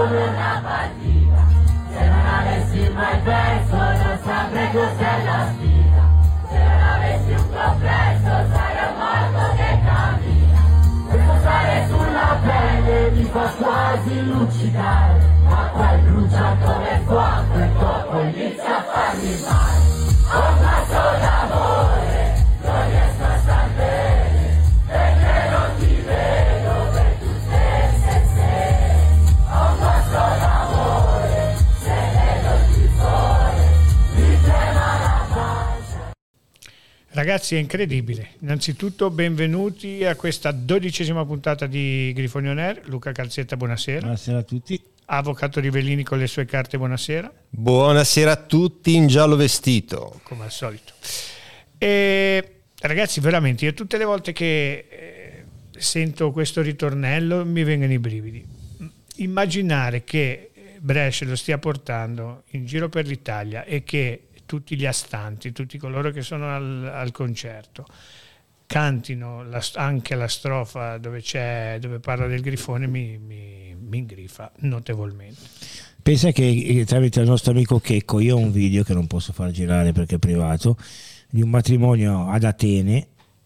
come una partita. Se non avessi mai perso non saprei cos'è la sfida. Se non avessi un complesso sarei un morto che cammina. Questo stare sulla pelle mi fa quasi luccicare, ma poi brucia come fuoco e dopo inizia a farmi male. Ho fatto l'amore, non riesco a star bene, perché non ti vedo per tutte se. Ho fatto l'amore, se vedo il sole, mi trema la pancia. Ragazzi, è incredibile. Innanzitutto benvenuti a questa 12ª puntata di Grifoni On Air. Luca Calzetta, buonasera. Buonasera a tutti. Avvocato Rivellini con le sue carte, buonasera. Buonasera a tutti in giallo vestito. Come al solito. E, ragazzi, veramente, io tutte le volte che sento questo ritornello mi vengono i brividi. Immaginare che Brescia lo stia portando in giro per l'Italia e che tutti gli astanti, tutti coloro che sono al concerto cantino anche la strofa dove parla del grifone mi ingrifa notevolmente. Pensa che tramite il nostro amico Checco io ho un video che non posso far girare perché è privato, di un matrimonio ad Atene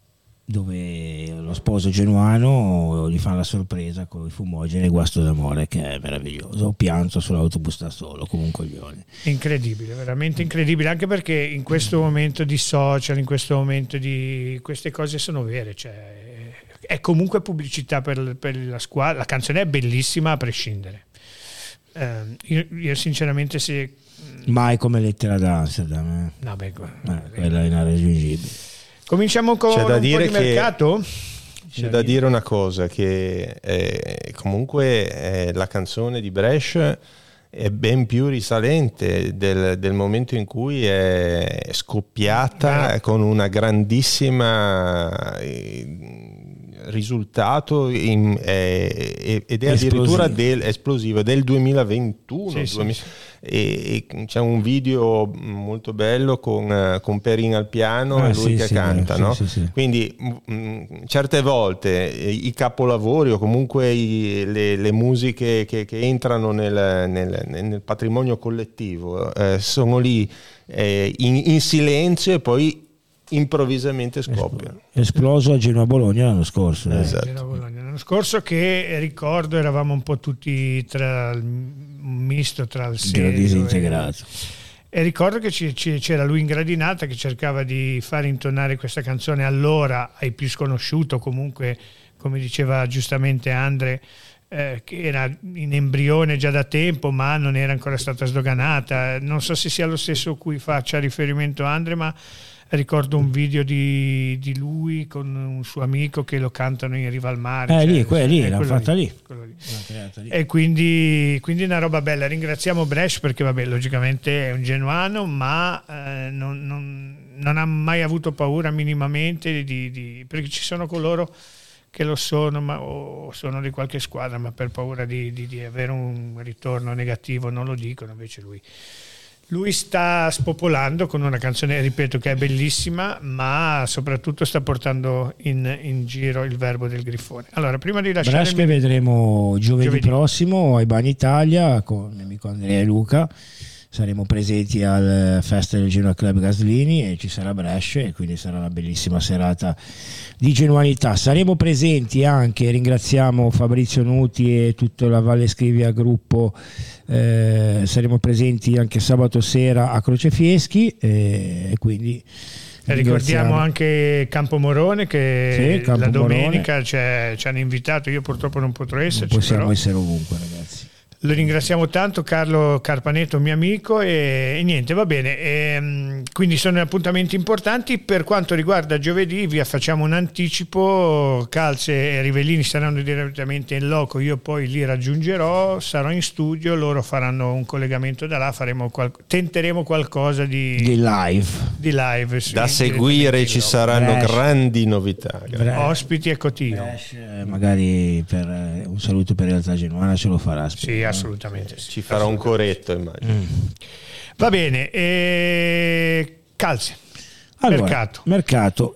dove lo sposo genuano gli fa la sorpresa con i fumogeni e guasto d'amore, che è meraviglioso. Ho pianto sull'autobus da solo come un coglione. Incredibile, veramente incredibile, anche perché in questo momento di social, in questo momento di queste cose sono vere, cioè è comunque pubblicità per la squadra. La canzone è bellissima a prescindere. Io sinceramente se mai come Lettera d'Amsterdam no, quella è inarraggiungibile. Cominciamo con un po' di mercato. C'è da dire una cosa, che comunque la canzone di Brescia è ben più risalente del momento in cui è scoppiata con una grandissima risultato ed è addirittura esplosivo del 2021. Sì. E c'è un video molto bello con Perin al piano e lui che canta, no? Sì. Quindi certe volte i capolavori o comunque le musiche che entrano nel patrimonio collettivo sono lì in silenzio e poi improvvisamente scoppiano. Esploso a Genoa-Bologna l'anno scorso. Esatto. L'anno scorso, che ricordo eravamo un po' tutti un misto tra il serio disintegrato. E ricordo che c'era lui in gradinata che cercava di fare intonare questa canzone allora ai più sconosciuto, comunque come diceva giustamente Andre, che era in embrione già da tempo ma non era ancora stata sdoganata. Non so se sia lo stesso a cui faccia riferimento Andre, ma ricordo un video di lui con un suo amico che lo cantano in riva al mare. Lì l'hanno fatta lì. E quindi una roba bella. Ringraziamo Brescia perché vabbè, logicamente è un genuano, ma non ha mai avuto paura minimamente perché ci sono coloro che lo sono o sono di qualche squadra, ma per paura di avere un ritorno negativo non lo dicono. Invece lui sta spopolando con una canzone, ripeto, che è bellissima, ma soprattutto sta portando in giro il verbo del grifone. Allora, prima di lasciare Brescia che vedremo giovedì prossimo ai Bagni Italia con il mio amico Andrea e Luca. Saremo presenti al Festa del Genoa Club Gaslini e ci sarà Brescia, e quindi sarà una bellissima serata di genuanità. Saremo presenti anche, ringraziamo Fabrizio Nuti e tutta la Valle Scrivia gruppo, saremo presenti anche sabato sera a Crocefieschi e quindi ricordiamo anche Campomorone che la domenica ci hanno invitato. Io purtroppo non potrò esserci, possiamo essere ovunque, ragazzi. Lo ringraziamo tanto, Carlo Carpanetto, mio amico, e niente, va bene. Quindi sono appuntamenti importanti. Per quanto riguarda giovedì vi facciamo un anticipo: Calze e Rivellini saranno direttamente in loco, io poi li raggiungerò, sarò in studio, loro faranno un collegamento da là, tenteremo qualcosa di live da seguire. Ci saranno grandi novità, ospiti e Cotio. Magari un saluto per Realtà Genuana ce lo farà. Sì, assolutamente sì. Ci farà un coretto, immagino. Va bene, Calze. Allora, mercato.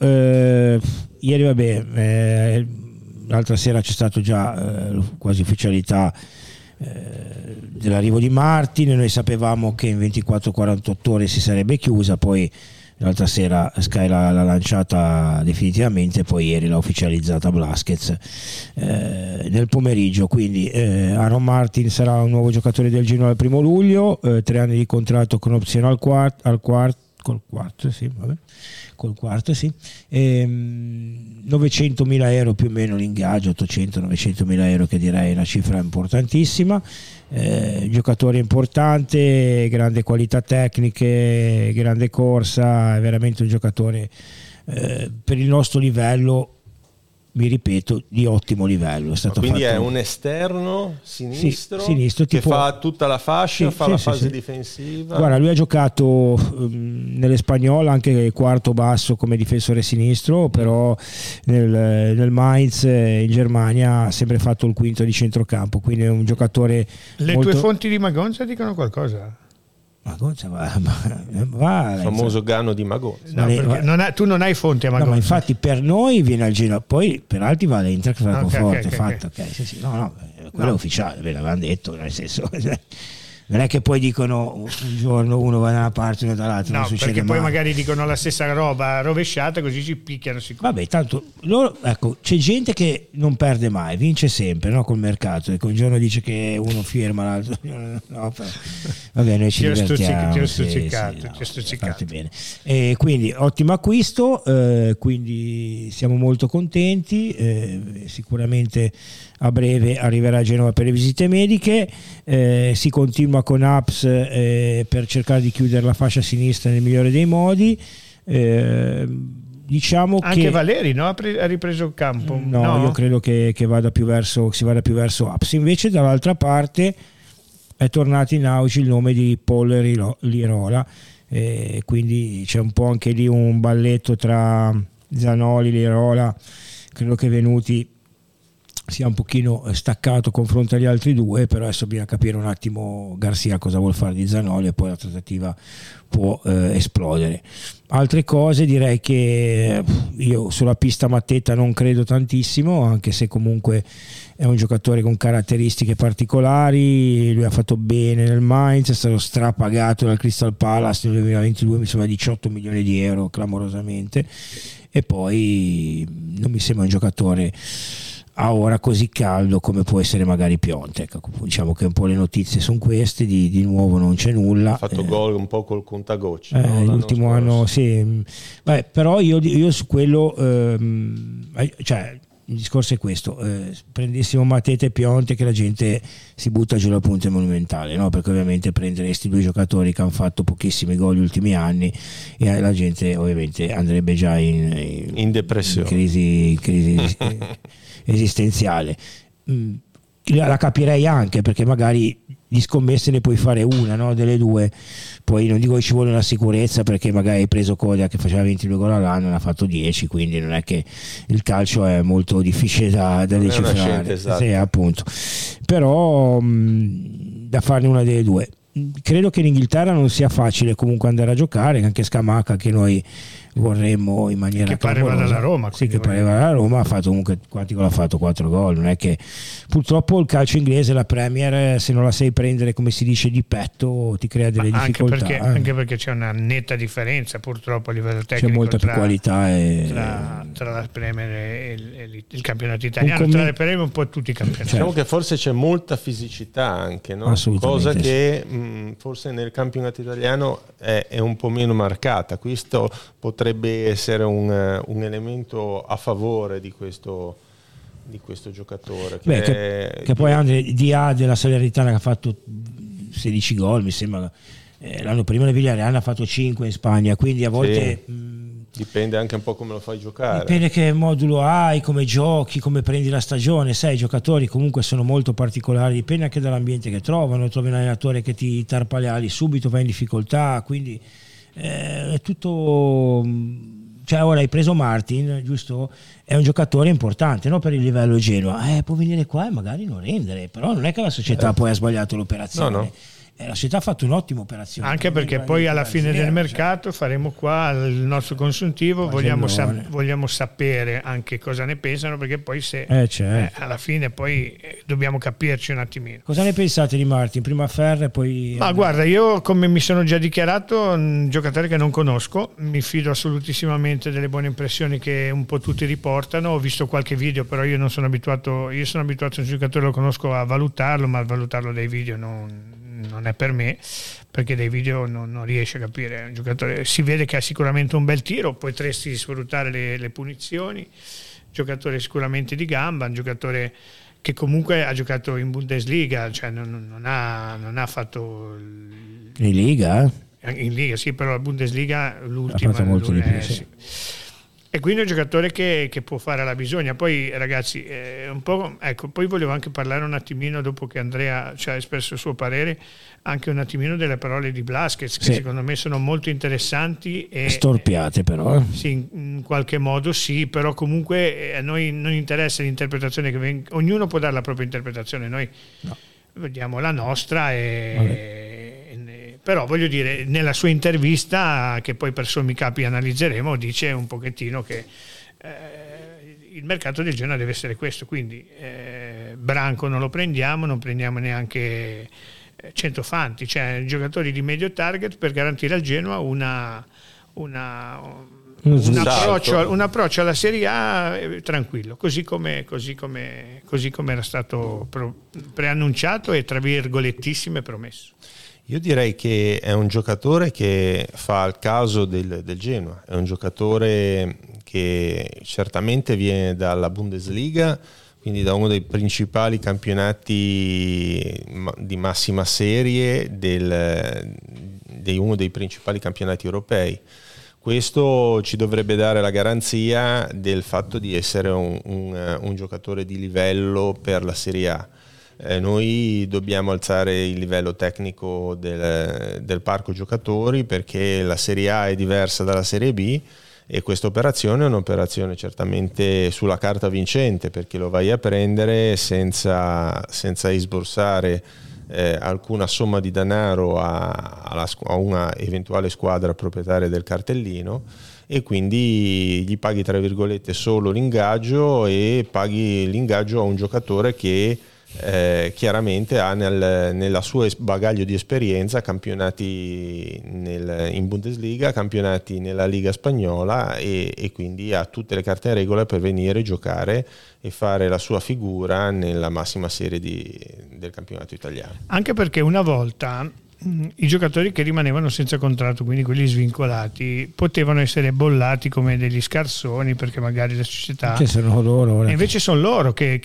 Ieri l'altra sera c'è stato già quasi ufficialità dell'arrivo di Martin. Noi sapevamo che in 24-48 ore si sarebbe chiusa, poi l'altra sera Sky l'ha lanciata definitivamente, poi ieri l'ha ufficializzata Blaskets nel pomeriggio. Quindi Aaron Martin sarà un nuovo giocatore del Genoa al 1 luglio, 3 anni di contratto con opzione al quarto, sì. 900.000 euro più o meno l'ingaggio, 800-900.000 euro, che direi è una cifra importantissima. Giocatore importante, grande qualità tecniche, grande corsa, è veramente un giocatore per il nostro livello, mi ripeto, di ottimo livello. Quindi è un esterno sinistro, sinistro che tipo, fa tutta la fascia, fa la fase difensiva. Guarda, lui ha giocato nell'Espagnola anche quarto basso come difensore sinistro, però nel Mainz in Germania ha sempre fatto il quinto di centrocampo, quindi è un giocatore. Le tue fonti di Magonza dicono qualcosa? Magonza va il famoso Gano di Magonza. No, tu non hai fonti a Magonza. No, ma infatti per noi viene al Genoa, poi per altri va all'Eintracht Francoforte, fatto. Quello è ufficiale, ve l'avevano detto, nel senso, non è che poi dicono un giorno uno va da una parte e uno dall'altra, non succede perché mai. poi magari dicono la stessa roba rovesciata, così ci picchiano sicuro. Vabbè, tanto loro, ecco, c'è gente che non perde mai, vince sempre, no, col mercato, e un giorno dice che uno firma, l'altro no, però, vabbè, noi ci divertiamo. Ti ho stuzzicato. Bene. E quindi ottimo acquisto, quindi siamo molto contenti, sicuramente a breve arriverà a Genova per le visite mediche, si continua con apps per cercare di chiudere la fascia sinistra nel migliore dei modi. Diciamo anche che Valeri, no? Ha ripreso il campo. No, io credo che si vada più verso apps. Invece dall'altra parte è tornato in auge il nome di Paul Lirola, quindi c'è un po' anche lì un balletto tra Zanoli, Lirola. Credo che Venuti sia un pochino staccato confronto agli altri due, però adesso bisogna capire un attimo Garcia cosa vuol fare di Zanoli, e poi la trattativa può esplodere. Altre cose, direi che io sulla pista Matteta non credo tantissimo, anche se comunque è un giocatore con caratteristiche particolari. Lui ha fatto bene nel Mainz, è stato strapagato dal Crystal Palace nel 2022, mi sembra 18 milioni di euro, clamorosamente, e poi non mi sembra un giocatore a ora così caldo come può essere magari Piontek. Diciamo che un po' le notizie sono queste, di nuovo non c'è nulla. Ha fatto gol un po' col contagocci, l'ultimo anno, sì. Vabbè, però io su quello, cioè il discorso è questo, prendessimo Mateta e Piontek, che la gente si butta giù dal punto monumentale, no? Perché ovviamente prenderesti due giocatori che hanno fatto pochissimi gol gli ultimi anni, e la gente ovviamente andrebbe già in depressione, in crisi esistenziale. La capirei anche, perché magari di scommesse ne puoi fare una, no? Delle due. Poi non dico che ci vuole una sicurezza, perché magari hai preso Kodia che faceva 22 gol all'anno, ne ha fatto 10, quindi non è che il calcio è molto difficile da decifrare, esatto. Sì, appunto. Però da farne una delle due. Credo che in Inghilterra non sia facile comunque andare a giocare, anche Scamacca, che noi vorremmo in maniera che pareva dalla Roma, sì, che pareva dalla Roma, ha fatto comunque, quanti gol ha fatto? 4 gol. Non è che, purtroppo il calcio inglese, la Premier, se non la sai prendere, come si dice, di petto, ti crea delle difficoltà, anche perché c'è una netta differenza purtroppo a livello tecnico, c'è molta più qualità tra la Premier e il campionato italiano, tra le Premier un po' tutti i campionati. Diciamo che forse c'è molta fisicità anche, no? Cosa che forse nel campionato italiano è un po' meno marcata. Questo potrebbe essere un elemento a favore di questo giocatore, che poi Andre Dia della Salernitana, che ha fatto 16 gol mi sembra, l'anno prima del Villarreal ha fatto 5 in Spagna, quindi a volte dipende anche un po' come lo fai giocare, dipende che modulo hai, come giochi, come prendi la stagione. Sai, i giocatori comunque sono molto particolari, dipende anche dall'ambiente che trovano. Trovi un allenatore che ti tarpa le ali subito, vai in difficoltà, quindi è tutto. Cioè, ora hai preso Martin, giusto? È un giocatore importante, no? Per il livello Genoa, può venire qua e magari non rendere, però non è che la società poi ha sbagliato l'operazione. No. La società ha fatto un'ottima operazione. Anche perché poi alla fine del mercato faremo qua il nostro consuntivo, vogliamo sapere anche cosa ne pensano, perché poi se alla fine poi dobbiamo capirci un attimino. Cosa ne pensate di Martin? Prima Ferre e poi... Ma guarda, io come mi sono già dichiarato, un giocatore che non conosco, mi fido assolutissimamente delle buone impressioni che un po' tutti riportano. Ho visto qualche video, però io sono abituato a un giocatore, lo conosco, a valutarlo, ma a valutarlo dai video non è per me, perché dai video non riesce a capire un giocatore. Si vede che ha sicuramente un bel tiro, potresti sfruttare le punizioni, giocatore sicuramente di gamba, un giocatore che comunque ha giocato in Bundesliga, cioè non ha fatto in Liga? In Liga sì, però la Bundesliga l'ultima ha fatto molto di più, sì. E quindi è un giocatore che può fare la bisogna. Poi ragazzi, un po', ecco, poi volevo anche parlare un attimino, dopo che Andrea ci ha espresso il suo parere, anche un attimino delle parole di Blázquez, che secondo me sono molto interessanti e storpiate, però sì, in qualche modo sì, però comunque a noi non interessa l'interpretazione che ognuno può dare la propria interpretazione, noi vediamo la nostra però voglio dire, nella sua intervista, che poi per sommi capi analizzeremo, dice un pochettino che il mercato del Genoa deve essere questo, quindi Branco non lo prendiamo, non prendiamo neanche Centofanti, cioè giocatori di medio target per garantire al Genoa un approccio alla Serie A tranquillo, così come era stato preannunciato e tra virgolettissime promesso. Io direi che è un giocatore che fa il caso del Genoa, è un giocatore che certamente viene dalla Bundesliga, quindi da uno dei principali campionati di massima serie di uno dei principali campionati europei. Questo ci dovrebbe dare la garanzia del fatto di essere un giocatore di livello per la Serie A. Noi dobbiamo alzare il livello tecnico del parco giocatori, perché la Serie A è diversa dalla Serie B e questa operazione è un'operazione certamente sulla carta vincente, perché lo vai a prendere senza sborsare alcuna somma di denaro a una eventuale squadra proprietaria del cartellino, e quindi gli paghi tra virgolette solo l'ingaggio, e paghi l'ingaggio a un giocatore che chiaramente ha nella sua bagaglio di esperienza campionati in Bundesliga, campionati nella Liga spagnola, e quindi ha tutte le carte in regola per venire, giocare e fare la sua figura nella massima serie del campionato italiano. Anche perché una volta i giocatori che rimanevano senza contratto, quindi quelli svincolati, potevano essere bollati come degli scarsoni, perché magari la società, che sono loro, e invece sono loro che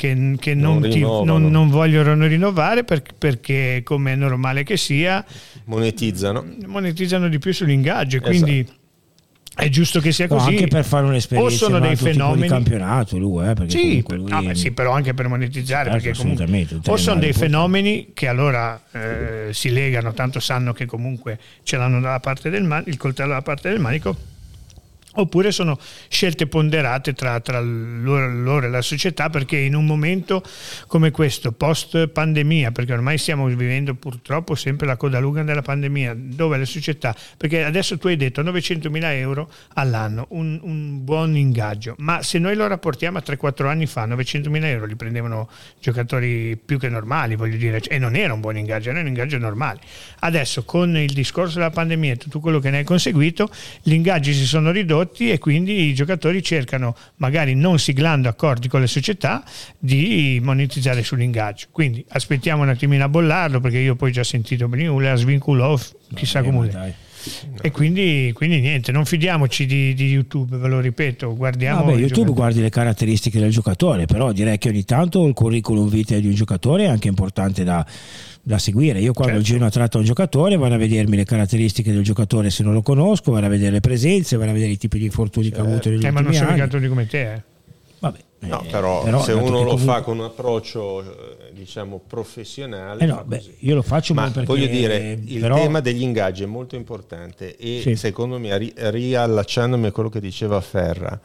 non vogliono rinnovare perché, come è normale che sia, monetizzano di più sull'ingaggio, e quindi è giusto che sia così, anche per fare un'esperienza, o sono dei fenomeni di campionato lui, perché sì, lui sì, però anche per monetizzare, perché comunque o sono dei fenomeni che allora si legano, tanto sanno che comunque ce l'hanno dalla parte il coltello dalla parte del manico, oppure sono scelte ponderate tra loro e la società, perché in un momento come questo, post pandemia, perché ormai stiamo vivendo purtroppo sempre la coda lunga della pandemia, dove le società, perché adesso tu hai detto 900.000 euro all'anno, un buon ingaggio, ma se noi lo rapportiamo a 3-4 anni fa, 900.000 euro li prendevano giocatori più che normali, voglio dire, e non era un buon ingaggio, era un ingaggio normale. Adesso con il discorso della pandemia e tutto quello che ne è conseguito, gli ingaggi si sono ridotti, e quindi i giocatori cercano, magari non siglando accordi con le società, di monetizzare sull'ingaggio. Quindi aspettiamo un attimino a bollarlo, perché io poi ho già sentito la svinculò, chissà come. E quindi niente, non fidiamoci di YouTube, ve lo ripeto, guardiamo YouTube, guardi le caratteristiche del giocatore, però direi che ogni tanto il curriculum vitae di un giocatore è anche importante da seguire. Io quando il Genoa tratta un giocatore vado a vedermi le caratteristiche del giocatore, se non lo conosco vado a vedere le presenze, vado a vedere i tipi di infortuni che ha avuto negli ultimi ma non sono anni. giocatori come te, Vabbè, no, però se uno lo fa con un approccio di diciamo professionale. Io lo faccio ma perché, voglio dire, il tema degli ingaggi è molto importante e secondo me, riallacciandomi a quello che diceva Ferra,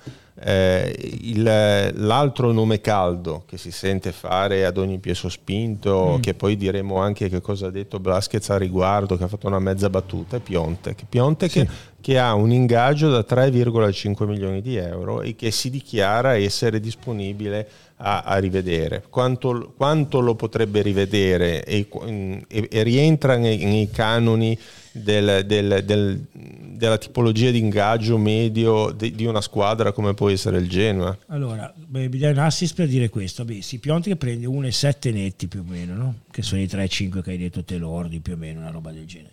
l'altro nome caldo che si sente fare ad ogni piè sospinto, che poi diremo anche che cosa ha detto Blasquez a riguardo, che ha fatto una mezza battuta, è Piontek che ha un ingaggio da 3,5 milioni di euro e che si dichiara essere disponibile a rivedere. Quanto lo potrebbe rivedere e rientra nei canoni della tipologia di ingaggio medio di una squadra come può essere il Genoa? Allora, mi dai un assist per dire questo. Piontek prende 1,7 netti più o meno, no? Che sono i 3,5 che hai detto te lordi, più o meno, una roba del genere.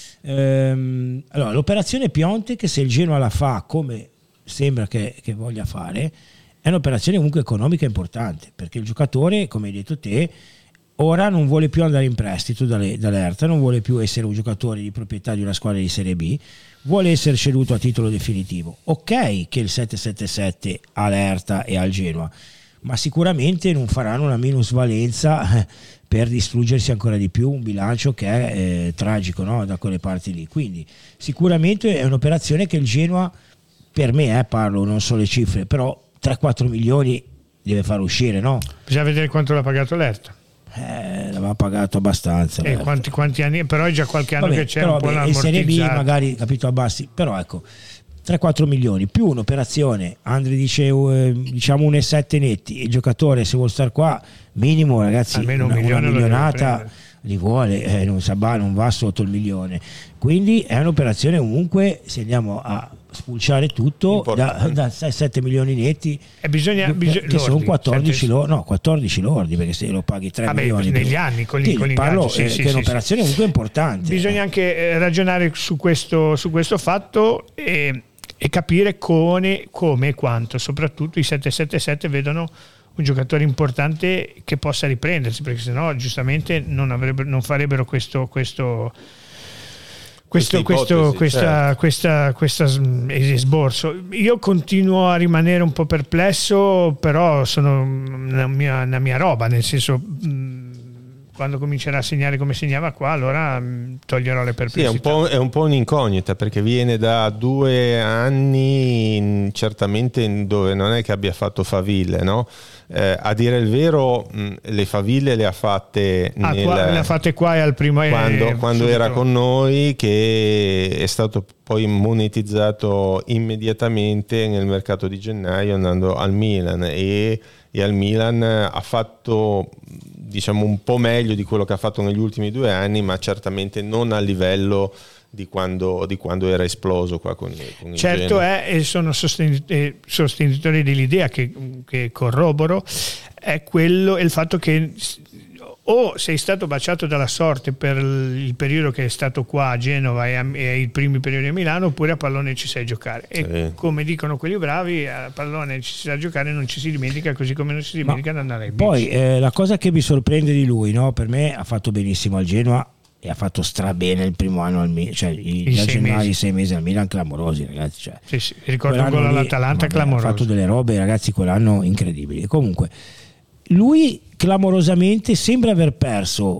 Allora, l'operazione Piontek, se il Genoa la fa come sembra che voglia fare, è un'operazione comunque economica importante, perché il giocatore, come hai detto te, ora non vuole più andare in prestito dall'Hertha, non vuole più essere un giocatore di proprietà di una squadra di Serie B, vuole essere ceduto a titolo definitivo. Ok che il 777 all'Hertha e al Genoa, ma sicuramente non faranno una minusvalenza per distruggersi ancora di più un bilancio che è tragico, no? Da quelle parti lì. Quindi sicuramente è un'operazione che il Genoa, per me parlo, non so le cifre, però 3-4 milioni deve far uscire, no? Bisogna vedere quanto l'ha pagato l'Hertha. L'aveva pagato abbastanza. Quanti anni? Però è già qualche anno che c'è, però, un po' in Serie B magari, capito, abbassi, però ecco, 3-4 milioni più un'operazione, Andri dice diciamo 1,7 netti, il giocatore se vuole stare qua minimo, ragazzi, almeno una milionata li vuole, non va sotto il milione, quindi è un'operazione comunque, se andiamo a spulciare tutto da 7 milioni netti, che sono 14 lordi, perché se lo paghi 3 milioni negli anni con l'ingaggio, che è un'operazione comunque importante. Bisogna anche ragionare su questo fatto e capire come e quanto soprattutto i 777 vedono un giocatore importante che possa riprendersi, perché sennò giustamente non farebbero questo esborso. Io continuo a rimanere un po' perplesso, però sono una mia roba, nel senso, quando comincerà a segnare come segnava qua, allora toglierò le perplessità. È un po' un'incognita, perché viene da 2 anni certamente dove non è che abbia fatto faville, no? A dire il vero, le faville le ha fatte le ha fatte qua e al primo quando era con noi, che è stato poi monetizzato immediatamente nel mercato di gennaio andando al Milan, e al Milan ha fatto, diciamo, un po' meglio di quello che ha fatto negli ultimi 2 anni, ma certamente non a livello di quando era esploso qua con il certo Genoa. E sono sostenitori dell'idea che corroboro, è il fatto che o sei stato baciato dalla sorte per il periodo che è stato qua a Genova e i primi periodi a Milano, oppure a pallone ci sai giocare. E come dicono quelli bravi, a pallone ci si sa giocare, non ci si dimentica, così come non ci si dimentica di andare ai beach. Poi la cosa che mi sorprende di lui, no? Per me ha fatto benissimo al Genoa e ha fatto strabene il primo anno al Milan, cioè i 6 mesi al Milan clamorosi, ragazzi, cioè, sì, ricordo un gol all'Atalanta clamoroso, ha fatto delle robe, ragazzi, quell'anno incredibili. Comunque lui clamorosamente sembra aver perso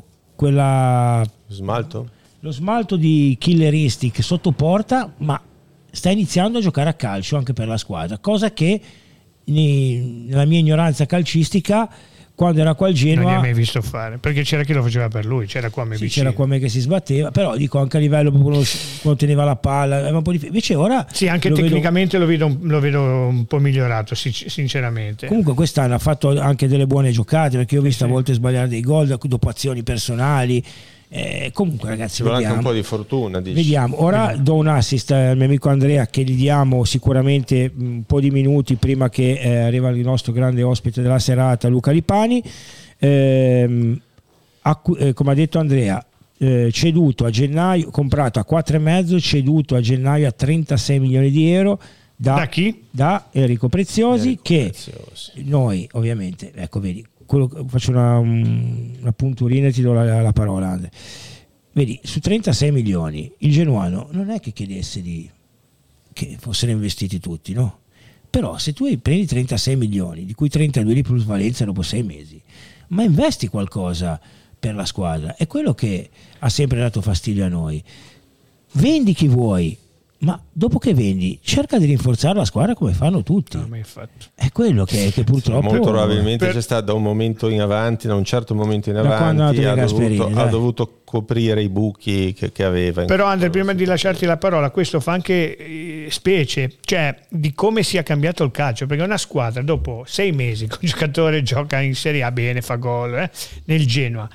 lo smalto di killeristic sotto porta, ma sta iniziando a giocare a calcio anche per la squadra, cosa che nella mia ignoranza calcistica, quando era qua al Genoa, non li ha mai visto fare, perché c'era chi lo faceva per lui, c'era qua vicino. C'era qua che si sbatteva, però dico anche a livello proprio quando teneva la palla un po' invece ora anche tecnicamente lo vedo un po' migliorato, sinceramente. Comunque quest'anno ha fatto anche delle buone giocate, perché io ho visto a volte sbagliare dei gol dopo azioni personali. Comunque, ragazzi, vuole vediamo. Anche un po' di fortuna, dici. Vediamo. Ora do un assist al mio amico Andrea, che gli diamo sicuramente un po' di minuti prima che arriva il nostro grande ospite della serata, Luca Lipani. Come ha detto Andrea, ceduto a gennaio, comprato a 4,5, ceduto a gennaio a 36 milioni di euro da chi? Da Enrico Preziosi, noi ovviamente, ecco, vedi, faccio una punturina e ti do la parola, Andre. Vedi, su 36 milioni il genuano non è che chiedesse che fossero investiti tutti, no? Però se tu prendi 36 milioni, di cui 32 di plusvalenza dopo 6 mesi, ma investi qualcosa per la squadra. È quello che ha sempre dato fastidio a noi. Vendi chi vuoi, ma dopo che vendi cerca di rinforzare la squadra come fanno tutti. No, ma infatti. È quello che purtroppo molto probabilmente c'è stato da un momento in avanti, da un certo momento in avanti ha dovuto coprire i buchi che aveva. Però Andre, prima di lasciarti la parola, questo fa anche specie, cioè di come sia cambiato il calcio, perché una squadra dopo 6 mesi che un giocatore gioca in Serie A bene, fa gol nel Genoa,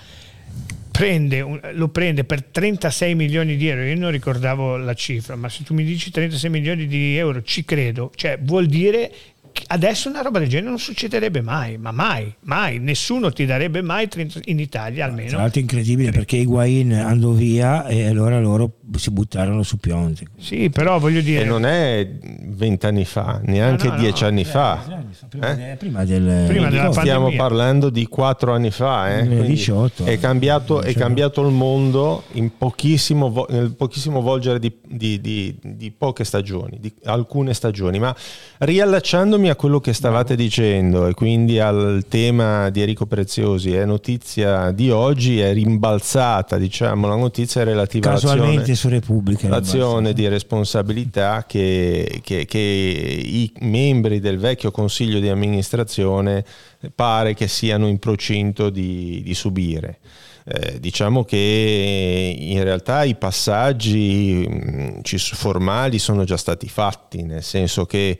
lo prende per 36 milioni di euro. Io non ricordavo la cifra, ma se tu mi dici 36 milioni di euro ci credo, cioè vuol dire che adesso una roba del genere non succederebbe mai, ma mai, nessuno ti darebbe mai 30 in Italia almeno. Tra l'altro è incredibile perché Higuain andò via e allora loro si buttarono su Piontek. Sì, però voglio dire, e non è 20 anni fa, neanche 10 anni fa. Prima della stiamo parlando di 4 anni fa, 18, è cambiato il mondo in pochissimo volgere di poche stagioni, di alcune stagioni. Ma riallacciandomi a quello che stavate dicendo e quindi al tema di Enrico Preziosi, è notizia di oggi, è rimbalzata, diciamo, la notizia relativa casualmente su Repubblica, l'azione di responsabilità che i membri del vecchio consiglio di amministrazione pare che siano in procinto di subire. Diciamo che in realtà i passaggi formali sono già stati fatti, nel senso che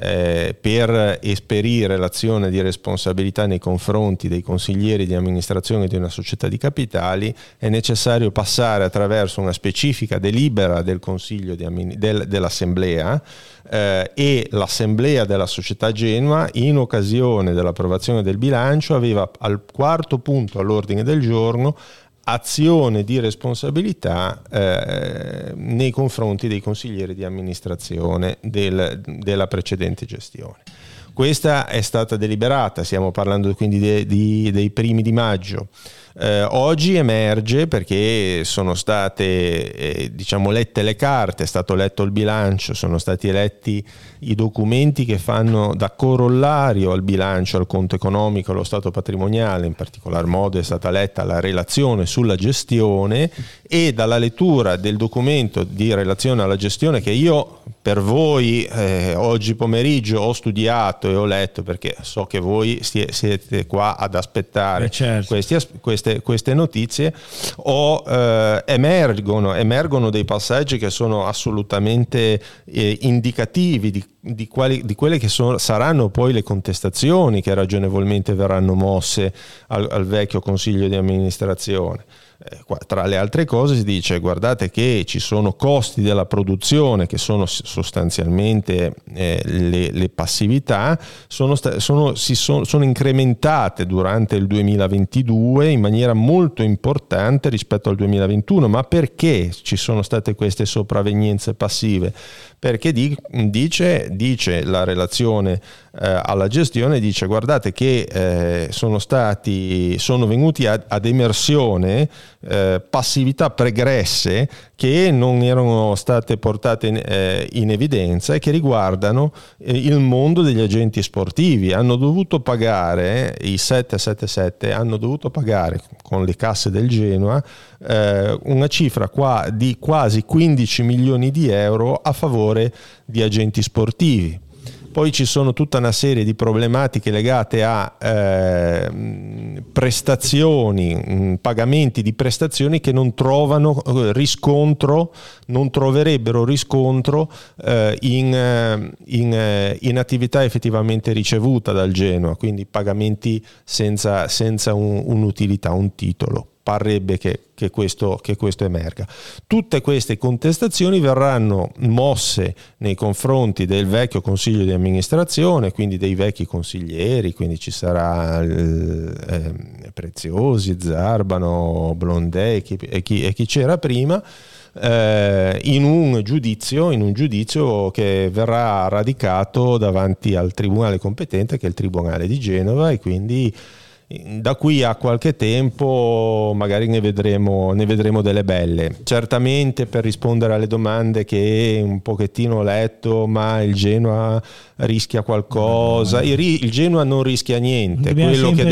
per esperire l'azione di responsabilità nei confronti dei consiglieri di amministrazione di una società di capitali è necessario passare attraverso una specifica delibera del consiglio dell'assemblea, e l'assemblea della società Genoa, in occasione dell'approvazione del bilancio, aveva al 4º punto all'ordine del giorno azione di responsabilità nei confronti dei consiglieri di amministrazione della precedente gestione. Questa è stata deliberata, stiamo parlando quindi dei primi di maggio. Oggi emerge, perché sono state lette le carte, è stato letto il bilancio, sono stati eletti i documenti che fanno da corollario al bilancio, al conto economico, allo stato patrimoniale. In particolar modo è stata letta la relazione sulla gestione, e dalla lettura del documento di relazione alla gestione, che io per voi oggi pomeriggio ho studiato e ho letto, perché so che voi siete qua ad aspettare queste notizie, emergono dei passaggi che sono assolutamente indicativi di quelle che saranno poi le contestazioni che ragionevolmente verranno mosse al vecchio consiglio di amministrazione. Tra le altre cose si dice: guardate che ci sono costi della produzione che sono sostanzialmente le passività, sono incrementate durante il 2022 in maniera molto importante rispetto al 2021. Ma perché ci sono state queste sopravvenienze passive? Perché dice la relazione alla gestione, dice: guardate che sono venuti ad emersione passività pregresse che non erano state portate in evidenza e che riguardano il mondo degli agenti sportivi. Hanno dovuto pagare, i 777 hanno dovuto pagare con le casse del Genoa una cifra di quasi 15 milioni di euro a favore di agenti sportivi. Poi ci sono tutta una serie di problematiche legate a prestazioni, pagamenti di prestazioni che non trovano riscontro, non troverebbero riscontro in attività effettivamente ricevuta dal Genoa, quindi pagamenti senza un'utilità, un titolo. Parrebbe che questo emerga. Tutte queste contestazioni verranno mosse nei confronti del vecchio consiglio di amministrazione, quindi dei vecchi consiglieri, quindi ci sarà Preziosi, Zarbano, Blondet e chi c'era prima, in un giudizio che verrà radicato davanti al tribunale competente, che è il Tribunale di Genova, e quindi da qui a qualche tempo magari ne vedremo delle belle. Certamente, per rispondere alle domande che un pochettino ho letto, ma il Genoa rischia qualcosa, il Genoa non rischia niente, quello che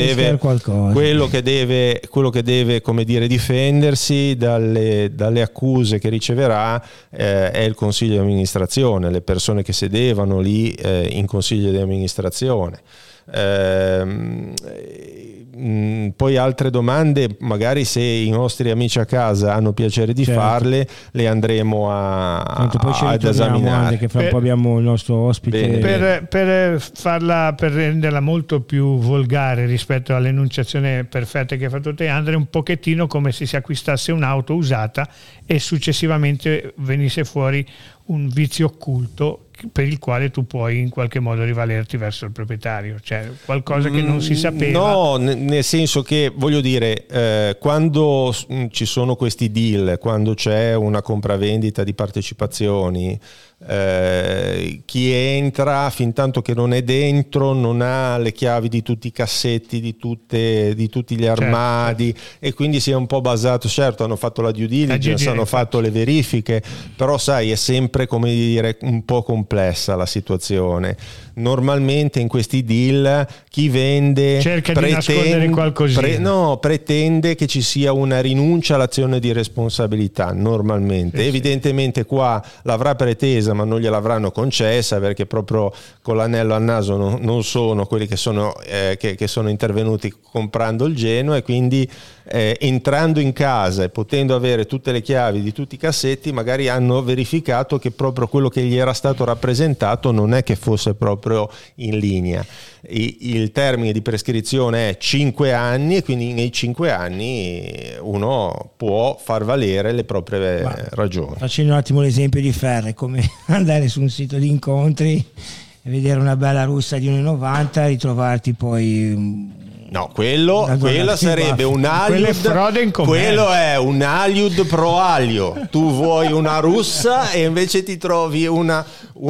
deve come dire difendersi dalle accuse che riceverà è il consiglio di amministrazione, le persone che sedevano lì in consiglio di amministrazione. Poi altre domande, magari se i nostri amici a casa hanno piacere di farle, le andremo ad esaminare. Che fra un po' abbiamo il nostro ospite. Per renderla molto più volgare rispetto all'enunciazione perfetta che hai fatto te, Andre, un pochettino come se si acquistasse un'auto usata e successivamente venisse fuori un vizio occulto per il quale tu puoi in qualche modo rivalerti verso il proprietario, cioè qualcosa che non si sapeva. No, nel senso che, voglio dire, quando ci sono questi deal, quando c'è una compravendita di partecipazioni, chi entra, fin tanto che non è dentro, non ha le chiavi di tutti i cassetti, di tutti gli armadi, certo. E quindi si è un po' basato, certo, hanno fatto la due diligence, hanno fatto le verifiche, però sai, è sempre, come dire, un po' complessa la situazione. Normalmente in questi deal chi vende cerca di nascondere qualcosina, pretende che ci sia una rinuncia all'azione di responsabilità, normalmente. Evidentemente qua l'avrà pretesa ma non gliel'avranno concessa, perché proprio con l'anello al naso non sono quelli che sono intervenuti comprando il Genoa, e quindi entrando in casa e potendo avere tutte le chiavi di tutti i cassetti, magari hanno verificato che proprio quello che gli era stato rappresentato non è che fosse proprio in linea. Il termine di prescrizione è 5 anni, e quindi nei 5 anni uno può far valere le proprie ragioni. Facendo un attimo l'esempio di Ferre, come andare su un sito di incontri e vedere una bella russa di 1,90 e ritrovarti poi no, quello sarebbe un aliud, quello è un aliud pro alio. Tu vuoi una russa e invece ti trovi una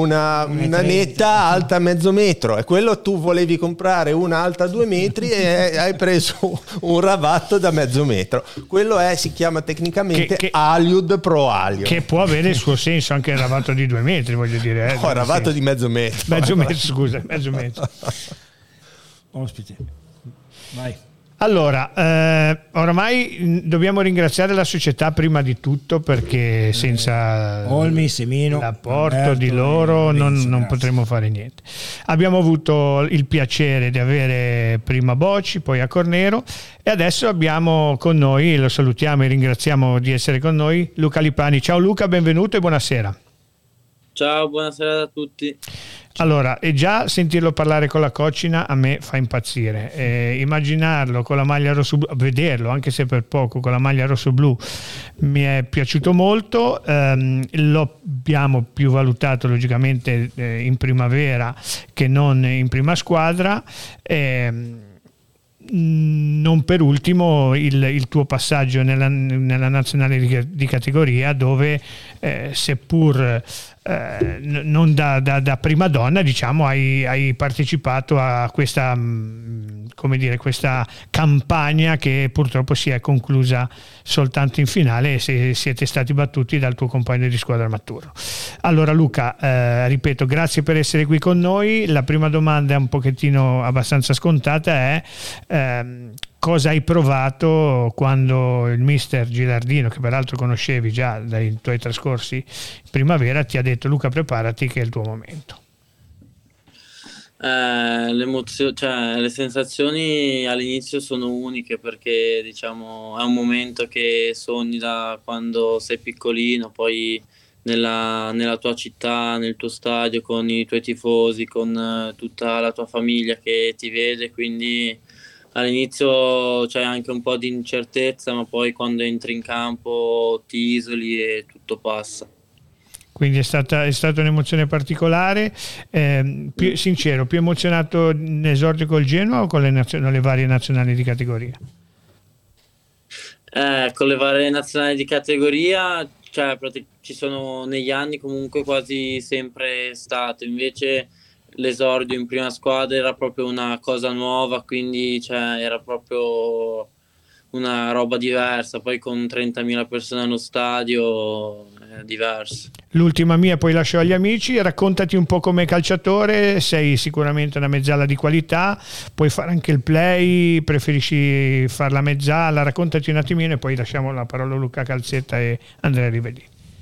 netta alta mezzo metro, e quello tu volevi comprare una alta 2 metri e hai preso un ravatto da mezzo metro. Quello si chiama tecnicamente aliud pro alio, che può avere il suo senso anche il ravatto di 2 metri, voglio dire. No, il ravatto di mezzo metro. Mezzo metro. Ospite. Vai. Allora, oramai dobbiamo ringraziare la società prima di tutto, perché senza Olmi, Semino, l'apporto di loro non potremmo fare niente. Abbiamo avuto il piacere di avere prima Bocci, poi a Cornero, e adesso abbiamo con noi, lo salutiamo e ringraziamo di essere con noi, Luca Lipani. Ciao Luca, benvenuto e buonasera. Ciao, buonasera a tutti. Allora, e già sentirlo parlare con la Coccina a me fa impazzire. Immaginarlo con la maglia rosso-blu, vederlo anche se per poco con la maglia rosso-blu mi è piaciuto molto. Lo abbiamo più valutato logicamente in primavera che non in prima squadra. Non per ultimo il tuo passaggio nella nazionale di categoria, dove seppur non da prima donna, diciamo, hai partecipato a questa, come dire, questa campagna che purtroppo si è conclusa soltanto in finale, e siete stati battuti dal tuo compagno di squadra Matturro. Allora Luca, ripeto, grazie per essere qui con noi. La prima domanda è un pochettino abbastanza scontata, è cosa hai provato quando il mister Gilardino, che peraltro conoscevi già dai tuoi trascorsi in primavera, ti ha detto: Luca, preparati che è il tuo momento? Le sensazioni all'inizio sono uniche, perché diciamo è un momento che sogni da quando sei piccolino, poi nella tua città, nel tuo stadio, con i tuoi tifosi, con tutta la tua famiglia che ti vede, quindi all'inizio c'è anche un po' di incertezza, ma poi quando entri in campo ti isoli e tutto passa. Quindi è stata un'emozione particolare. Più sincero, più emozionato l'esordio col Genoa o con le varie nazionali di categoria? Con le varie nazionali di categoria, cioè, ci sono negli anni comunque quasi sempre stato. Invece l'esordio in prima squadra era proprio una cosa nuova, quindi cioè, era proprio una roba diversa, poi con 30.000 persone allo stadio è diverso. L'ultima mia, poi lascio agli amici. Raccontati un po' come calciatore. Sei sicuramente una mezzala di qualità, puoi fare anche il play, preferisci fare la mezzala? Raccontati un attimino e poi lasciamo la parola a Luca Calzetta e Andrea Rivelli.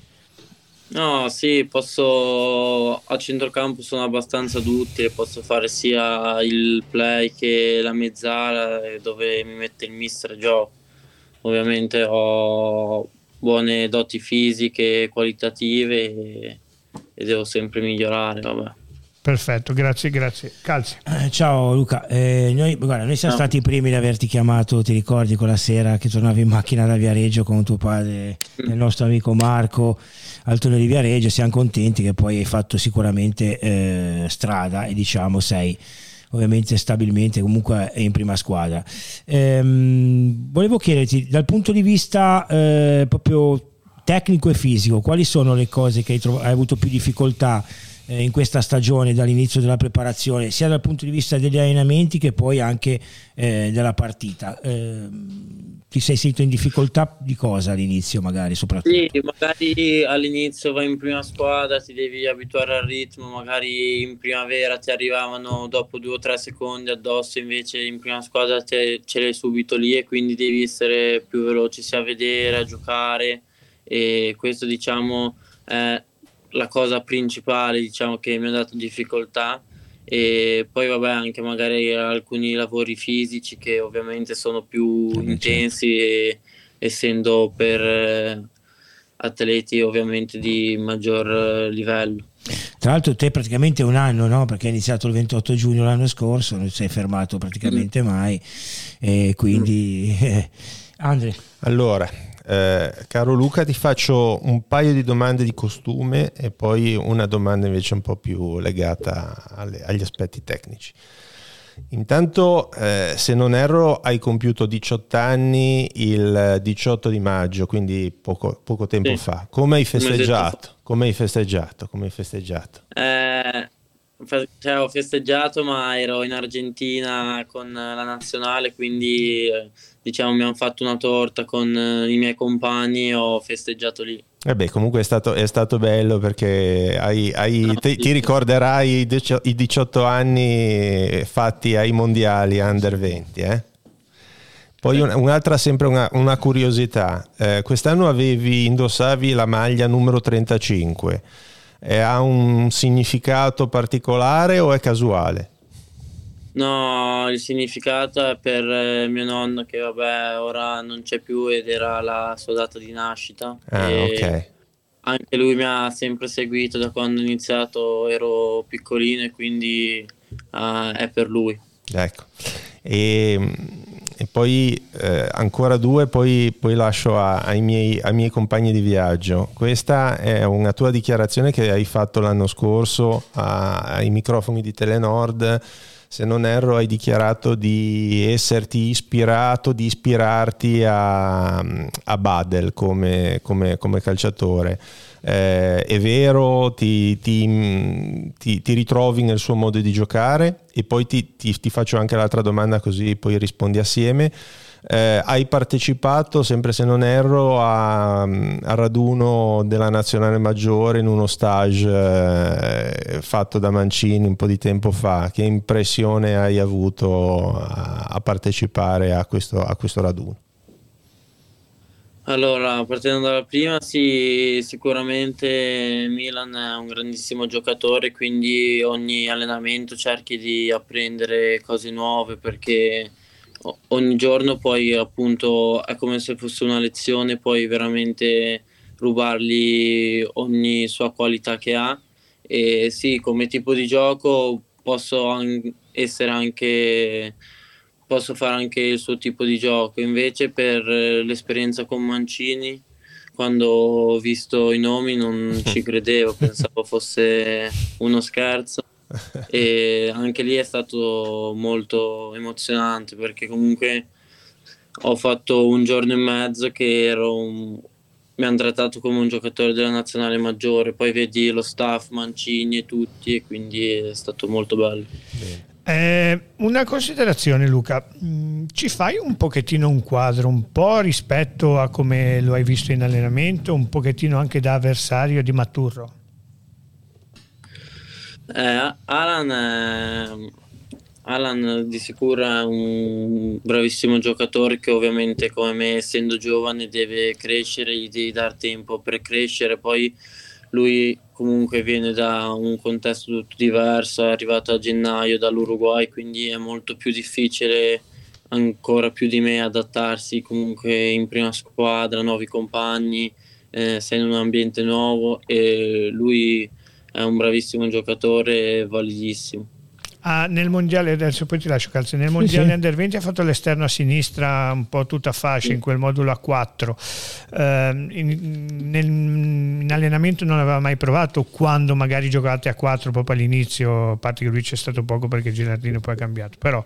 No, sì, posso, a centrocampo sono abbastanza duttile, posso fare sia il play che la mezzala, dove mi mette il mister e gioco. Ovviamente ho buone doti fisiche, qualitative e devo sempre migliorare, vabbè. Perfetto, grazie. Calzi. Ciao Luca, noi siamo stati i primi ad averti chiamato, ti ricordi quella sera che tornavi in macchina da Viareggio con tuo padre e il nostro amico Marco al torneo di Viareggio. Siamo contenti che poi hai fatto sicuramente strada e diciamo sei ovviamente stabilmente comunque in prima squadra. Volevo chiederti dal punto di vista proprio tecnico e fisico, quali sono le cose che hai avuto più difficoltà in questa stagione dall'inizio della preparazione, sia dal punto di vista degli allenamenti che poi anche della partita? Ti sei sentito in difficoltà di cosa all'inizio, magari soprattutto? Sì, magari all'inizio vai in prima squadra, ti devi abituare al ritmo, magari in primavera ti arrivavano dopo 2 o 3 secondi addosso, invece in prima squadra ce l'hai subito lì e quindi devi essere più veloci sia a vedere, a giocare, e questo diciamo è la cosa principale, diciamo, che mi ha dato difficoltà. E poi vabbè, anche magari alcuni lavori fisici che ovviamente sono più intensi, e essendo per atleti ovviamente di maggior livello. Tra l'altro te praticamente un anno, no? Perché hai iniziato il 28 giugno l'anno scorso, non sei fermato praticamente mai, e quindi Andre. Allora, caro Luca, ti faccio un paio di domande di costume e poi una domanda invece un po' più legata agli aspetti tecnici. Intanto, se non erro, hai compiuto 18 anni il 18 di maggio, quindi poco tempo fa. Come hai festeggiato? Cioè, ho festeggiato, ma ero in Argentina con la nazionale, quindi diciamo mi hanno fatto una torta con i miei compagni e ho festeggiato lì. Comunque è stato bello, perché ti ricorderai i 18 anni fatti ai mondiali under 20, Poi un'altra, sempre una curiosità, quest'anno indossavi la maglia numero 35, ha un significato particolare o è casuale? No, il significato è per mio nonno, che vabbè ora non c'è più ed era la sua data di nascita. Ok. Anche lui mi ha sempre seguito da quando ho iniziato, ero piccolino, e quindi è per lui. Ecco. E poi ancora due, poi lascio ai miei compagni di viaggio. Questa è una tua dichiarazione che hai fatto l'anno scorso ai microfoni di Telenord. Se non erro, hai dichiarato di ispirarti a Badel come calciatore. È vero? Ti ritrovi nel suo modo di giocare? E poi ti faccio anche l'altra domanda, così poi rispondi assieme. Hai partecipato, sempre se non erro, al raduno della nazionale maggiore in uno stage fatto da Mancini un po' di tempo fa. Che impressione hai avuto a partecipare a questo raduno? Allora, partendo dalla prima, sì, sicuramente Milan è un grandissimo giocatore, quindi ogni allenamento cerchi di apprendere cose nuove, perché ogni giorno poi appunto è come se fosse una lezione, puoi veramente rubargli ogni sua qualità che ha. E sì, come tipo di gioco posso fare anche il suo tipo di gioco. Invece per l'esperienza con Mancini, quando ho visto i nomi non ci credevo, pensavo fosse uno scherzo, e anche lì è stato molto emozionante, perché comunque ho fatto un giorno e mezzo che ero mi hanno trattato come un giocatore della nazionale maggiore, poi vedi lo staff, Mancini e tutti, e quindi è stato molto bello. Una considerazione, Luca, ci fai un pochettino un quadro un po' rispetto a come lo hai visto in allenamento, un pochettino anche da avversario di Maturro? Alan di sicuro è un bravissimo giocatore che ovviamente come me, essendo giovane, deve crescere, gli devi dar tempo per crescere. Poi lui comunque viene da un contesto tutto diverso, è arrivato a gennaio dall'Uruguay, quindi è molto più difficile, ancora più di me, adattarsi comunque in prima squadra, nuovi compagni, sei in un ambiente nuovo, e lui è un bravissimo giocatore, validissimo. Nel mondiale, adesso poi ti lascio calcio, nel mondiale sì. Under 20 ha fatto l'esterno a sinistra un po' tutta fascia, in quel modulo a 4. In allenamento non aveva mai provato, quando magari giocavate a 4 proprio all'inizio, a parte che lui c'è stato poco perché Gilardino poi ha cambiato, però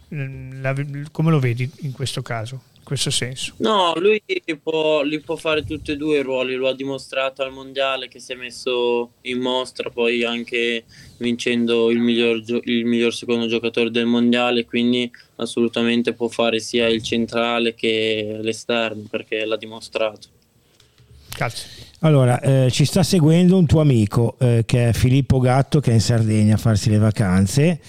come lo vedi in questo caso, in questo senso? No, lui li può fare tutti e due i ruoli, lo ha dimostrato al mondiale, che si è messo in mostra, poi anche vincendo il miglior secondo giocatore del mondiale, quindi assolutamente può fare sia il centrale che l'esterno, perché l'ha dimostrato. Cazzo. Allora, ci sta seguendo un tuo amico che è Filippo Gatto, che è in Sardegna a farsi le vacanze,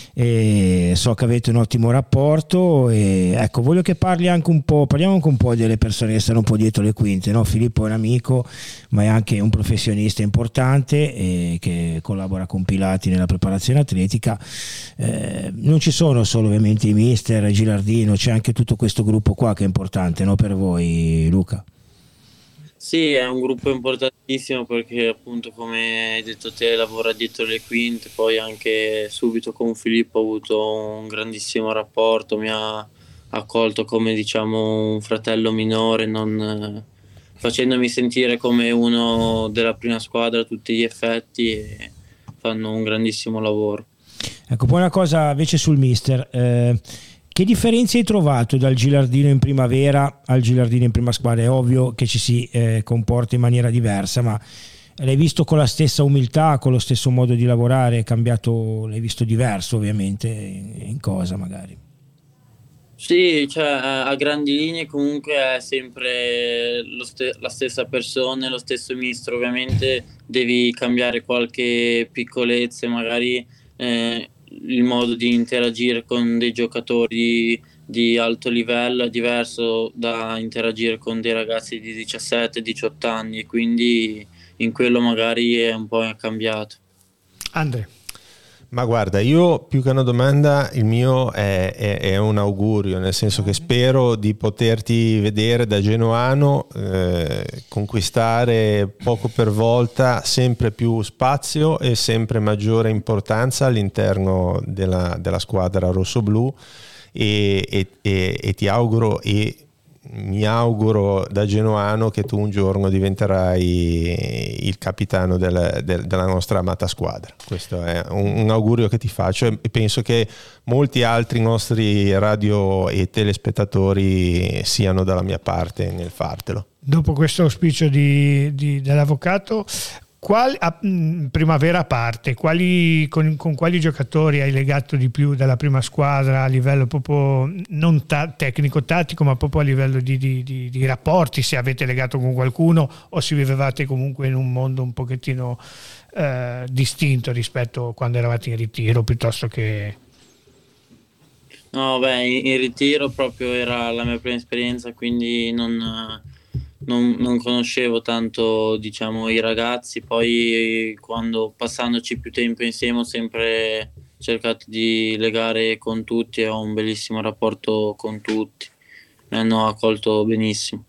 e so che avete un ottimo rapporto, e ecco, voglio che parliamo anche un po' delle persone che stanno un po' dietro le quinte, no? Filippo è un amico, ma è anche un professionista importante che collabora con Pilati nella preparazione atletica. Non ci sono solo ovviamente i mister, Gilardino, c'è anche tutto questo gruppo qua che è importante, no, per voi, Luca? Sì, è un gruppo importantissimo perché appunto, come hai detto te, lavora dietro le quinte, poi anche subito con Filippo ho avuto un grandissimo rapporto, mi ha accolto come, diciamo, un fratello minore, facendomi sentire come uno della prima squadra a tutti gli effetti, e fanno un grandissimo lavoro. Ecco, poi una cosa invece sul mister, che differenze hai trovato dal Gilardino in primavera al Gilardino in prima squadra? È ovvio che ci si comporta in maniera diversa, ma l'hai visto con la stessa umiltà, con lo stesso modo di lavorare? È cambiato, l'hai visto diverso ovviamente? In cosa magari? Sì, cioè a grandi linee comunque è sempre la stessa persona, lo stesso mister. Ovviamente devi cambiare qualche piccolezza, magari il modo di interagire con dei giocatori di alto livello è diverso da interagire con dei ragazzi di 17-18 anni, e quindi in quello magari è un po' cambiato. Andre. Ma guarda, io più che una domanda, il mio è un augurio, nel senso che spero di poterti vedere da genoano conquistare poco per volta sempre più spazio e sempre maggiore importanza all'interno della squadra rossoblù, e ti auguro e mi auguro da genoano che tu un giorno diventerai il capitano della nostra amata squadra. Questo è un augurio che ti faccio, e penso che molti altri nostri radio e telespettatori siano dalla mia parte nel fartelo. Dopo questo auspicio dell'avvocato, primavera a parte, con quali giocatori hai legato di più dalla prima squadra a livello proprio non tecnico-tattico, ma proprio a livello di rapporti, se avete legato con qualcuno o se vivevate comunque in un mondo un pochettino distinto rispetto a quando eravate in ritiro, piuttosto che... No, beh, in ritiro proprio era la mia prima esperienza, quindi non conoscevo tanto, diciamo, i ragazzi. Poi quando, passandoci più tempo insieme, ho sempre cercato di legare con tutti e ho un bellissimo rapporto con tutti, mi hanno accolto benissimo.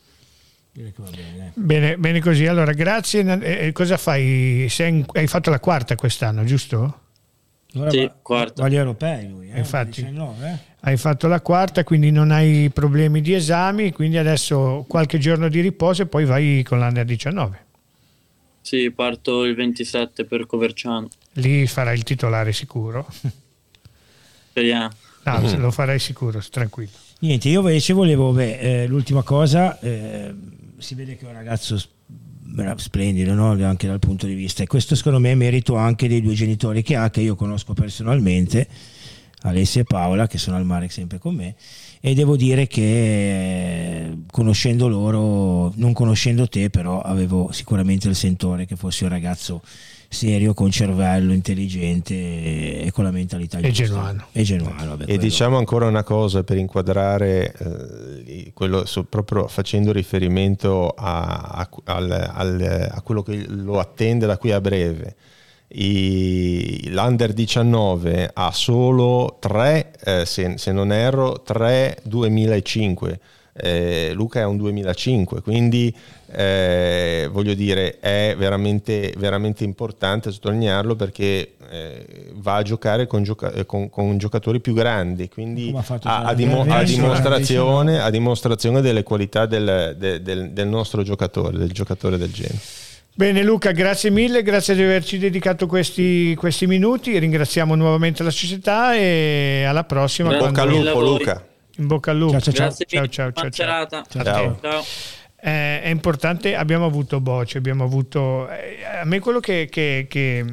Bene così. Allora, grazie. Cosa fai? Hai fatto la quarta quest'anno, giusto? Allora, sì, quarta. Va agli europei lui, infatti 19, hai fatto la quarta, quindi non hai problemi di esami, quindi adesso qualche giorno di riposo e poi vai con l'Under 19. Sì, parto il 27 per Coverciano. Lì farai il titolare sicuro? Speriamo. No, lo farai sicuro, tranquillo. Niente, io invece volevo, l'ultima cosa, si vede che è un ragazzo splendido, no? Anche dal punto di vista, e questo secondo me è merito anche dei due genitori che ha, che io conosco personalmente, Alessia e Paola, che sono al Marek sempre con me, e devo dire che conoscendo loro, non conoscendo te, però avevo sicuramente il sentore che fossi un ragazzo serio, con cervello, intelligente e con la mentalità e genuano. genuano. E diciamo ancora una cosa per inquadrare quello, proprio facendo riferimento a quello che lo attende da qui a breve. L'Under 19 ha solo 3, se non erro, 3 2005. Luca è un 2005, quindi voglio dire, è veramente, veramente importante sottolinearlo, perché va a giocare con giocatori più grandi, quindi a dimostrazione delle qualità del nostro giocatore, del giocatore del genere. Bene Luca, grazie mille, grazie di averci dedicato questi minuti, ringraziamo nuovamente la società e alla prossima. In bocca al lupo Luca. In bocca al lupo. Ciao. Ciao. Ciao. È importante, abbiamo avuto voce, a me quello che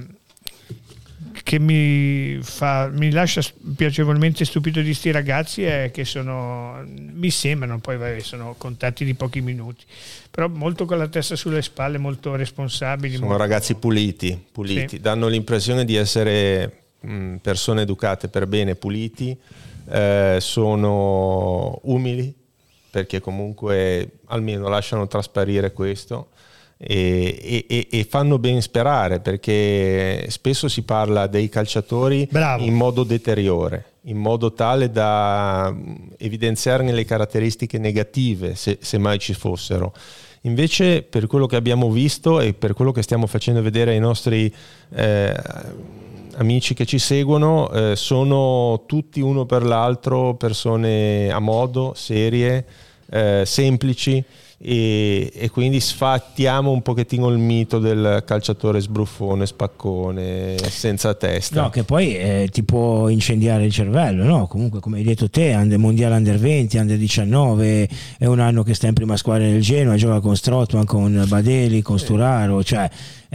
mi lascia piacevolmente stupito di sti ragazzi è che mi sembrano, poi sono contatti di pochi minuti, però molto con la testa sulle spalle, molto responsabili. Sono ragazzi puliti, sì. Danno l'impressione di essere persone educate per bene, puliti, sono umili, perché comunque almeno lasciano trasparire questo, e fanno ben sperare, perché spesso si parla dei calciatori in modo deteriore, in modo tale da evidenziarne le caratteristiche negative, se mai ci fossero. Invece, per quello che abbiamo visto e per quello che stiamo facendo vedere ai nostri amici che ci seguono, sono tutti uno per l'altro persone a modo, serie, semplici, e quindi sfattiamo un pochettino il mito del calciatore sbruffone, spaccone, senza testa. No, che poi ti può incendiare il cervello, no? Comunque, come hai detto te, mondiale under 20, under 19, è un anno che sta in prima squadra del Genoa, gioca con Strootman, con Badeli, con Sturaro, cioè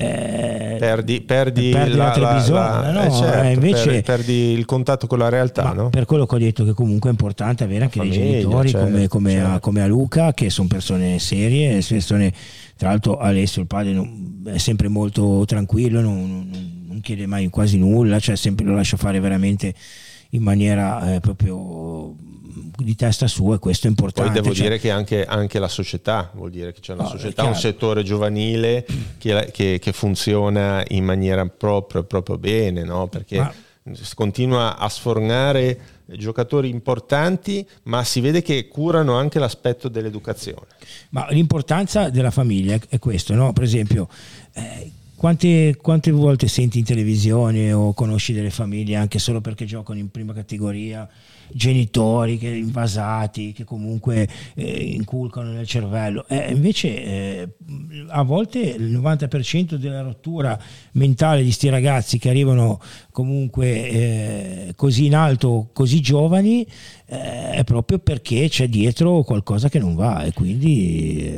perdi la Trebisonda, no? Certo, invece perdi il contatto con la realtà, no? Per quello che ho detto, che comunque è importante avere anche dei genitori, certo, come a Luca, che sono persone serie, persone, tra l'altro Alessio il padre è sempre molto tranquillo, non chiede mai quasi nulla, cioè sempre lo lascia fare veramente in maniera proprio di testa sua, e questo è importante. Poi devo dire che anche la società, vuol dire che c'è una società, un settore giovanile che funziona in maniera proprio bene, no? Perché continua a sfornare giocatori importanti, ma si vede che curano anche l'aspetto dell'educazione. Ma l'importanza della famiglia è questo, no? Per esempio, quante volte senti in televisione o conosci delle famiglie, anche solo perché giocano in prima categoria, genitori che invasati, che comunque inculcano nel cervello, invece a volte il 90% della rottura mentale di sti ragazzi che arrivano comunque così in alto, così giovani, è proprio perché c'è dietro qualcosa che non va, e quindi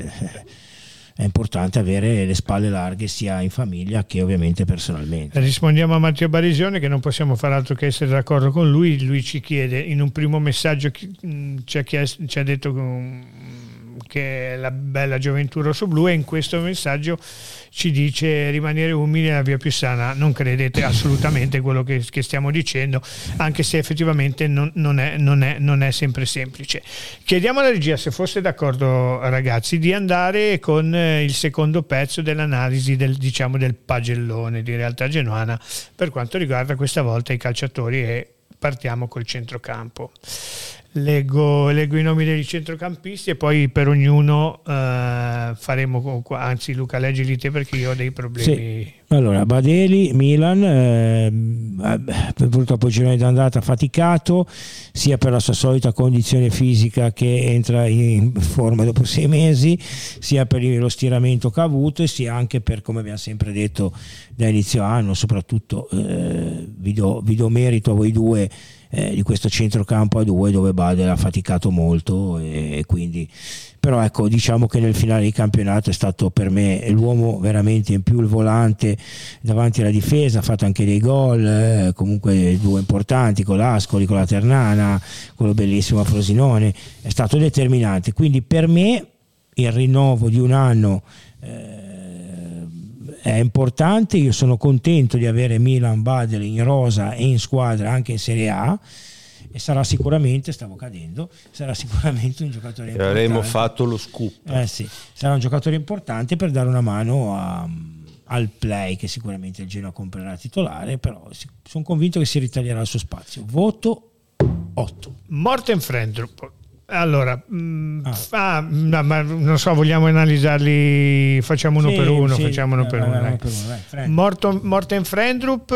è importante avere le spalle larghe sia in famiglia che ovviamente personalmente. Rispondiamo a Matteo Barisione, che non possiamo fare altro che essere d'accordo con lui. Lui ci chiede, in un primo messaggio ci ha detto che è la bella gioventù rossoblu, e in questo messaggio ci dice: rimanere umili è la via più sana. Non credete assolutamente quello che stiamo dicendo, anche se effettivamente non è sempre semplice. Chiediamo alla regia, se fosse d'accordo ragazzi, di andare con il secondo pezzo dell'analisi del pagellone di Realtà Genuana per quanto riguarda questa volta i calciatori, e partiamo col centrocampo. Leggo i nomi dei centrocampisti e poi per ognuno faremo, anzi Luca leggili te perché io ho dei problemi. Sì. Allora, Badeli, Milan, purtroppo il girone d'andata faticato, sia per la sua solita condizione fisica che entra in forma dopo 6 mesi, sia per lo stiramento che ha avuto, e sia anche per, come abbiamo sempre detto da inizio anno, soprattutto vi do merito a voi due di questo centrocampo a due dove Badel ha faticato molto, e quindi però ecco, diciamo che nel finale di campionato è stato per me l'uomo veramente in più, il volante davanti alla difesa, ha fatto anche dei gol, comunque due importanti con l'Ascoli, con la Ternana, quello bellissimo a Frosinone, è stato determinante. Quindi per me il rinnovo di un anno è importante. Io sono contento di avere Milan Badel in rosa e in squadra anche in Serie A, e sarà sicuramente, sarà sicuramente un giocatore importante. Avremo fatto lo scoop. Sì, sarà un giocatore importante per dare una mano al play, che sicuramente il Genoa comprerà titolare, però sono convinto che si ritaglierà il suo spazio. Voto 8. Morten Frendrup. Allora, no, ma non so, vogliamo analizzarli? Facciamo uno per uno. Facciamo uno per uno. Morten Frendrup.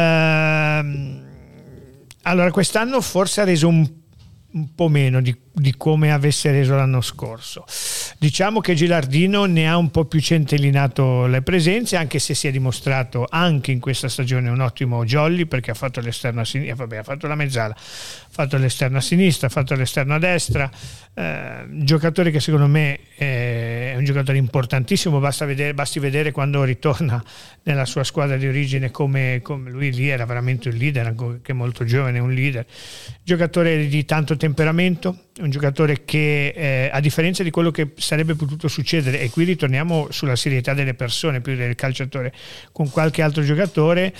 Allora, quest'anno forse ha reso un po' meno di come avesse reso l'anno scorso. Diciamo che Gilardino ne ha un po' più centellinato le presenze, anche se si è dimostrato anche in questa stagione un ottimo jolly, perché ha fatto l'esterno a sinistra, ha fatto la mezzala, ha fatto l'esterno a sinistra, ha fatto l'esterno a destra, giocatore che secondo me è un giocatore importantissimo. Basti vedere quando ritorna nella sua squadra di origine come lui lì era veramente un leader, anche molto giovane, un leader, giocatore di tanto temperamento, un giocatore che a differenza di quello che sarebbe potuto succedere, e qui ritorniamo sulla serietà delle persone più del calciatore, con qualche altro giocatore,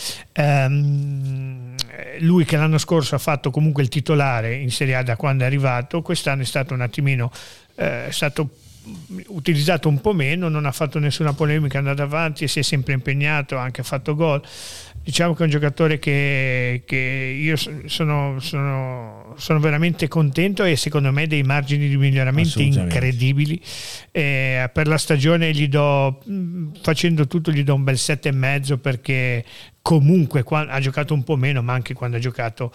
lui che l'anno scorso ha fatto comunque il titolare in Serie A da quando è arrivato, quest'anno è stato un attimino stato utilizzato un po' meno, non ha fatto nessuna polemica, è andato avanti e si è sempre impegnato, ha anche fatto gol. Diciamo che è un giocatore che io sono veramente contento, e secondo me dei margini di miglioramento incredibili. Per la stagione gli do, facendo tutto, gli do un bel 7,5, perché comunque ha giocato un po' meno, ma anche quando ha giocato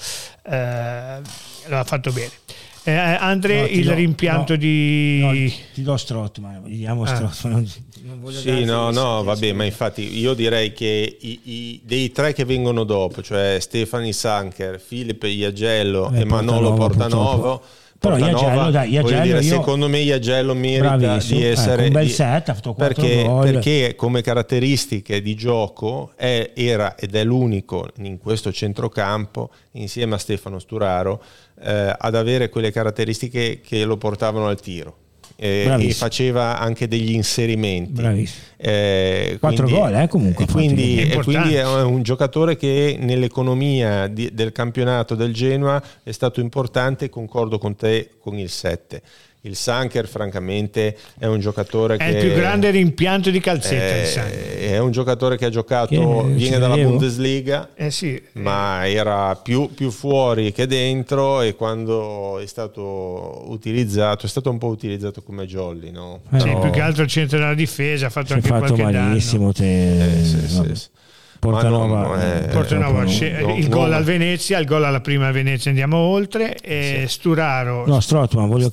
l'ha fatto bene. Andre, il rimpianto di... ti do Strootman, vediamo Strootman. Vabbè, ma infatti io direi che dei tre che vengono dopo, cioè Stefani Sancher, Filippo Iagello e Manolo Portanova, però Iagello secondo me Iagello merita di essere un bel set, ha fatto 4 gol, perché come caratteristiche di gioco era ed è l'unico in questo centrocampo, insieme a Stefano Sturaro, ad avere quelle caratteristiche che lo portavano al tiro. E faceva anche degli inserimenti. 4 gol comunque. Quindi è un giocatore che nell'economia del campionato del Genoa è stato importante. Concordo con te con il 7. Il Sancher francamente è un giocatore è il più grande rimpianto di calzetta. È un giocatore che ha giocato, viene dalla Bundesliga, ma era più fuori che dentro, e quando è stato utilizzato è stato un po' utilizzato come jolly, no? Sì, più che altro il centro della difesa, ha fatto anche qualche malissimo danno. Portanova, il gol al Venezia, il gol alla prima Venezia, andiamo oltre. E Sturaro, Strootman, voglio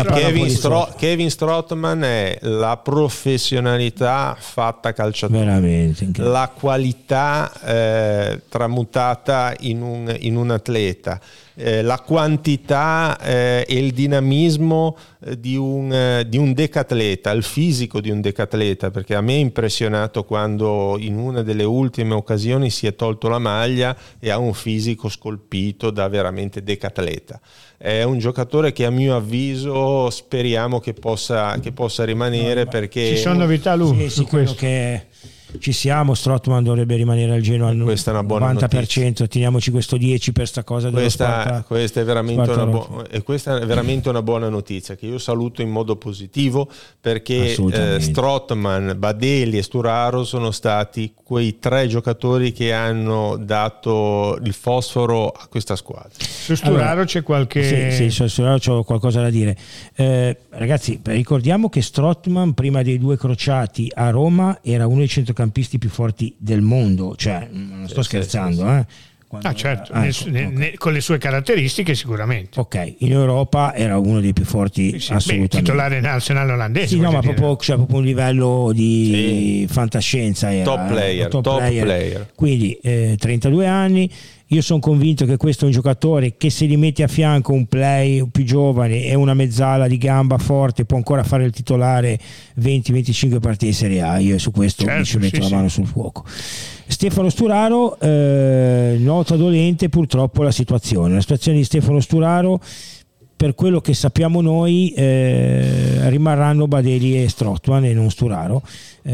Kevin Strootman è la professionalità fatta calciatore, veramente la qualità tramutata in un atleta, la quantità e il dinamismo di un decatleta, il fisico di un decatleta, perché a me è impressionato quando in una delle ultime occasioni si è tolto la maglia e ha un fisico scolpito da veramente decatleta. È un giocatore che a mio avviso speriamo che possa rimanere, perché ci sono novità lui su questo che ci siamo. Strootman dovrebbe rimanere al Genoa al 90%, teniamoci questo 10 per sta cosa questa è veramente una buona notizia, che io saluto in modo positivo, perché Strootman, Badeli e Sturaro sono stati quei 3 giocatori che hanno dato il fosforo a questa squadra. Su Sturaro c'è qualche... Sì, su Sturaro c'ho qualcosa da dire. Ragazzi, ricordiamo che Strootman prima dei 2 crociati a Roma era uno dei centrocampisti più forti del mondo, cioè non sto scherzando. Certo, con le sue caratteristiche sicuramente. Ok, in Europa era uno dei più forti, assolutamente. Titolare nazionale olandese. Ma proprio un livello di fantascienza. Top player. Quindi 32 anni, io sono convinto che questo è un giocatore che, se gli metti a fianco un play più giovane e una mezzala di gamba forte, può ancora fare il titolare 20-25 partite in Serie A. Io su questo mi ci metto la mano sul fuoco. Stefano Sturaro, nota dolente purtroppo la situazione di Stefano Sturaro. Per quello che sappiamo noi, rimarranno Badeli e Strootman e non Sturaro.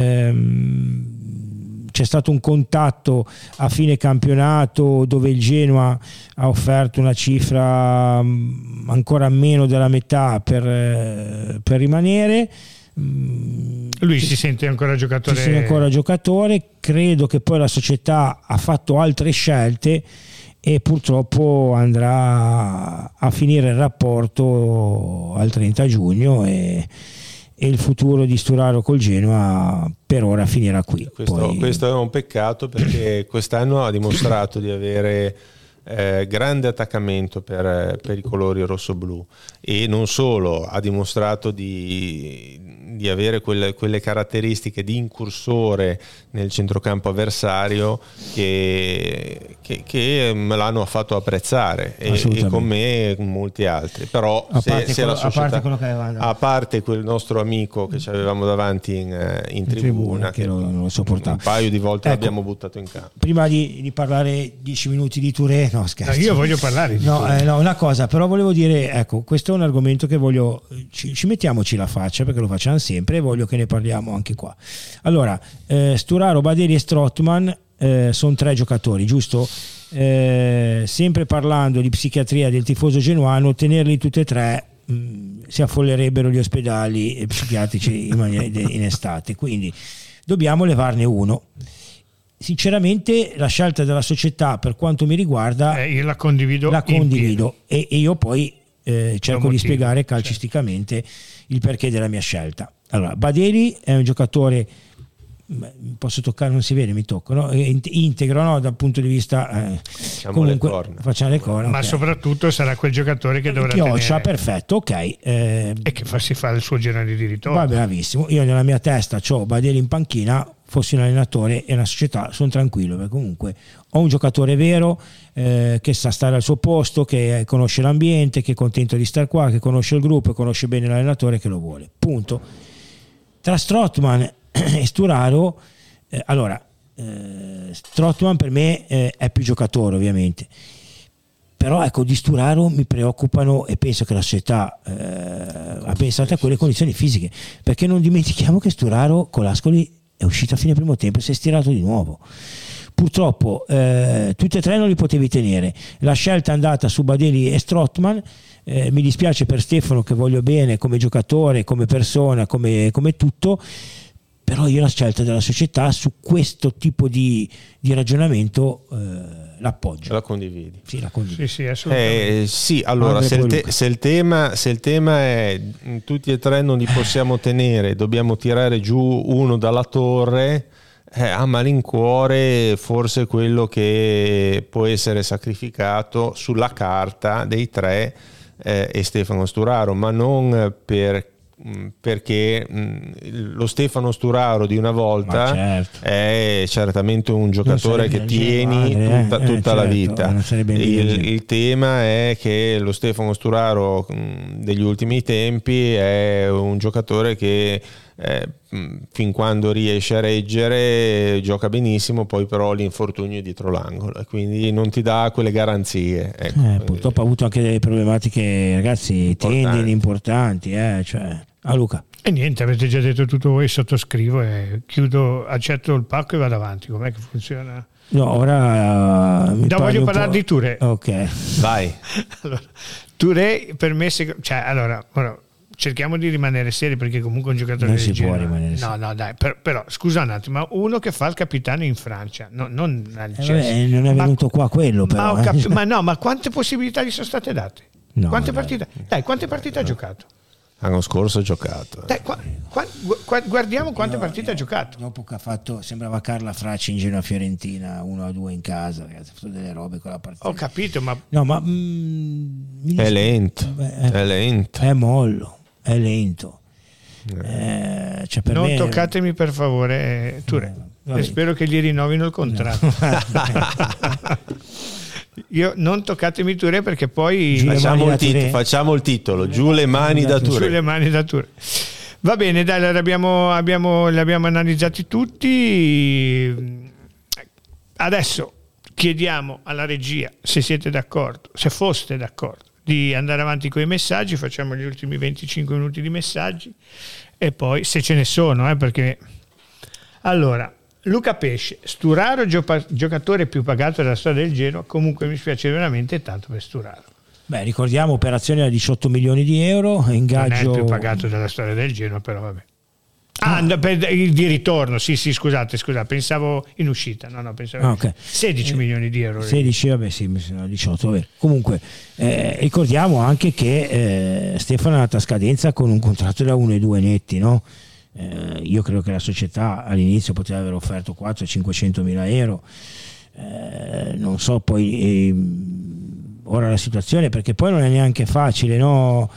C'è stato un contatto a fine campionato dove il Genoa ha offerto una cifra ancora meno della metà per rimanere. Lui si sente ancora giocatore. Credo che poi la società ha fatto altre scelte e purtroppo andrà a finire il rapporto al 30 giugno e il futuro di Sturaro col Genoa per ora finirà qui. Questo è un peccato, perché quest'anno ha dimostrato di avere grande attaccamento per i colori rossoblù, e non solo, ha dimostrato di avere quelle caratteristiche di incursore nel centrocampo avversario che me l'hanno fatto apprezzare, e con me e con molti altri. Però a parte quel nostro amico che ci avevamo davanti in tribuna che non lo sopportava, un paio di volte l'abbiamo buttato in campo. Prima di parlare 10 minuti di Touré, no scherzo, io voglio parlare di no, una cosa però volevo dire, ecco, questo è un argomento che voglio, ci mettiamoci la faccia, perché lo facciamo sempre e voglio che ne parliamo anche qua. Allora, Sturaro, Badeli e Strootman sono 3 giocatori, giusto? Sempre parlando di psichiatria del tifoso genuano, tenerli tutti e 3 si affollerebbero gli ospedali psichiatrici in estate, quindi dobbiamo levarne uno. Sinceramente la scelta della società, per quanto mi riguarda, io la condivido e io poi cerco di spiegare calcisticamente il perché della mia scelta. Allora, Badeli è un giocatore, posso toccare, non si vede, mi tocco, no? Integro, no? Dal punto di vista comunque facciamo le corna, ma okay. Soprattutto sarà quel giocatore che dovrà tenere, perfetto, ok, e che si fa il suo girone di ritorno. Va bravissimo. Io nella mia testa c'ho Badeli in panchina, fossi un allenatore e una società, sono tranquillo, perché comunque ho un giocatore vero, che sa stare al suo posto, che conosce l'ambiente, che è contento di star qua, che conosce il gruppo, conosce bene l'allenatore, che lo vuole, punto. Tra Strootman e Sturaro, Strootman per me è più giocatore, ovviamente, però ecco, di Sturaro mi preoccupano, e penso che la società ha pensato a quelle condizioni fisiche, perché non dimentichiamo che Sturaro con l'Ascoli è uscito a fine primo tempo e si è stirato di nuovo. Purtroppo tutti e 3 non li potevi tenere. La scelta è andata su Badeli e Strootman. Mi dispiace per Stefano, che voglio bene come giocatore, come persona, come tutto, però io la scelta della società su questo tipo di ragionamento l'appoggio. La condividi? Sì, la condivido. Sì, assolutamente. Sì, allora se il tema è tutti e 3 non li possiamo tenere, dobbiamo tirare giù uno dalla torre, a malincuore forse quello che può essere sacrificato sulla carta dei 3 è Stefano Sturaro, ma non perché lo Stefano Sturaro di una volta è certamente un giocatore che tieni tutta la vita. Il tema è che lo Stefano Sturaro degli ultimi tempi è un giocatore che fin quando riesce a reggere gioca benissimo, poi però l'infortunio è dietro l'angolo e quindi non ti dà quelle garanzie, ecco. Purtroppo ha avuto anche delle problematiche, ragazzi, tendini importanti, cioè. Luca, e niente, avete già detto tutto voi, sottoscrivo e chiudo, accetto il pacco e vado avanti. Com'è che funziona? No, ora voglio parlare di Touré. Ok, vai. Allora, Touré per me ora cerchiamo di rimanere seri, perché comunque un giocatore non si può rimanere seri. No, dai, però scusa un attimo, ma uno che fa il capitano in Francia, non al Chelsea, non è venuto qua quello, però. Ma quante possibilità gli sono state date? No, quante partite ha giocato? L'anno scorso ha giocato. Dai, guardiamo quante partite ha giocato. Dopo che ha fatto, sembrava Carla Fracci in Genoa Fiorentina, 1-2 in casa, ragazzi, ha fatto delle robe con la partita. Ho capito, ma no, ma è lento, è mollo, è lento. Per non me, toccatemi per favore, Touré. E spero che gli rinnovino il contratto. Io non toccatemi Touré perché poi facciamo il titolo, giù le mani da Touré. Giù le mani da Touré. Va bene, dai, allora li abbiamo analizzati tutti. Adesso chiediamo alla regia se siete d'accordo, se foste d'accordo, di andare avanti con i messaggi. Facciamo gli ultimi 25 minuti di messaggi e poi, se ce ne sono, perché allora, Luca Pesce, Sturaro giocatore più pagato della storia del Genoa. Comunque mi spiace veramente tanto per Sturaro. Beh, ricordiamo operazione da 18 milioni di euro, ingaggio... Non è il più pagato della storia del Genoa, però vabbè. Di ritorno, sì, scusate, pensavo in uscita, no, pensavo okay. 16 milioni di euro. 16, vabbè, sì, 18, vabbè. Comunque, ricordiamo anche che Stefano è andata a scadenza con un contratto da 1,2 netti, no? Io credo che la società all'inizio poteva aver offerto 400-500 mila euro, non so poi ora la situazione, perché poi non è neanche facile, no?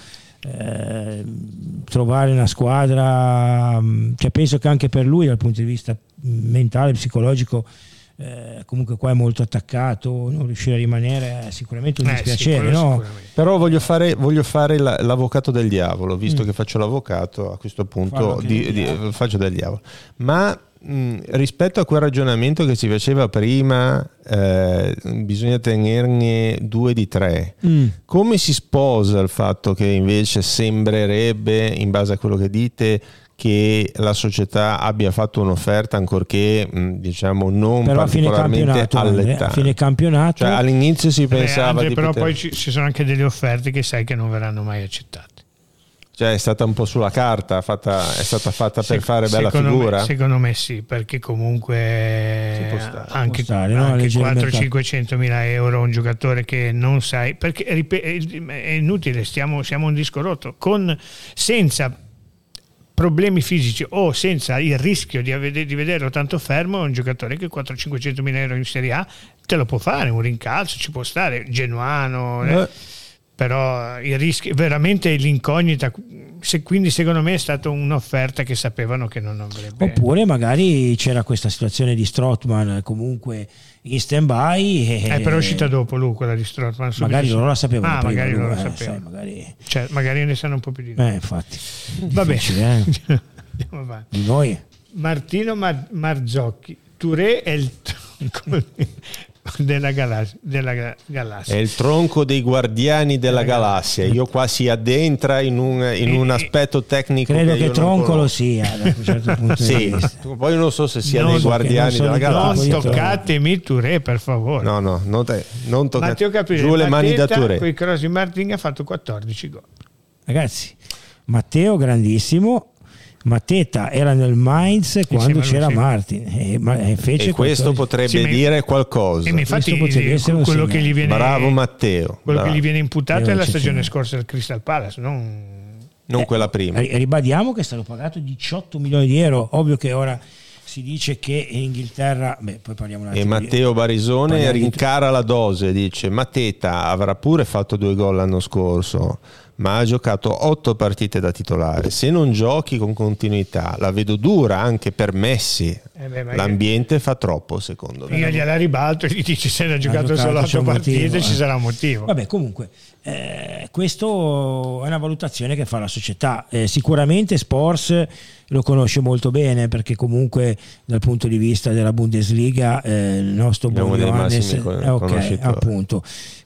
Trovare una squadra, cioè penso che anche per lui dal punto di vista mentale, psicologico, comunque qua è molto attaccato, non riuscire a rimanere è sicuramente un dispiacere, no? Però voglio fare l'avvocato del diavolo, visto che faccio l'avvocato, a questo punto faccio del diavolo, ma rispetto a quel ragionamento che si faceva prima, bisogna tenerne 2 di 3. Come si sposa il fatto che invece sembrerebbe, in base a quello che dite, che la società abbia fatto un'offerta ancorché diciamo non però particolarmente a fine campionato, cioè all'inizio si pensava di però poi ci sono anche delle offerte che sai che non verranno mai accettate. Cioè è stata un po' sulla carta, è stata fatta per fare bella figura? Secondo me sì, perché comunque anche 400-500 mila euro un giocatore che non sai, perché è inutile, siamo un disco rotto, senza problemi fisici o senza il rischio di vederlo tanto fermo, un giocatore che 400-500 mila euro in Serie A te lo può fare, un rincalzo ci può stare, genuano, però il rischio veramente l'incognita, quindi secondo me è stata un'offerta che sapevano che non avrebbe. Oppure magari c'era questa situazione di Strootman comunque in stand by però è uscita dopo lui quella di Strootman, magari loro la sapevano prima, magari loro la sapevano, magari ne sanno un po' più di noi, infatti vabbè. Andiamo avanti. Di noi Martino Marzocchi, Touré è il della galassia. È il tronco dei guardiani della galassia. Io qua si addentra in un aspetto tecnico. Credo che tronco lo sia da un certo punto di vista. Poi non so se sia dei guardiani della galassia. Non toccatemi Touré, per favore. No, non toccate. Matteo Caprile, giù le mani da Touré. Con i cross in Martin ha fatto 14 gol. Ragazzi, Matteo grandissimo. Mateta era nel Mainz quando c'era Martin e fece questo potrebbe dire qualcosa. E infatti quello che gli viene, bravo Matteo, quello che gli viene imputato è la stagione scorsa del Crystal Palace, non quella prima. Ribadiamo che è stato pagato 18 milioni di euro. Ovvio che ora si dice che in Inghilterra, poi parliamo un attimo. E Matteo Barisone rincara la dose, dice: Mateta avrà pure fatto 2 gol l'anno scorso, ma ha giocato 8 partite da titolare. Se non giochi con continuità, la vedo dura anche per Messi. L'ambiente fa troppo, secondo me. Io gliela ribalto e gli dice: se ne ha giocato solo 8 partite, ci sarà un motivo. Vabbè, comunque questo è una valutazione che fa la società. Sicuramente Spors lo conosce molto bene, perché comunque dal punto di vista della Bundesliga il nostro buon Johannes appunto,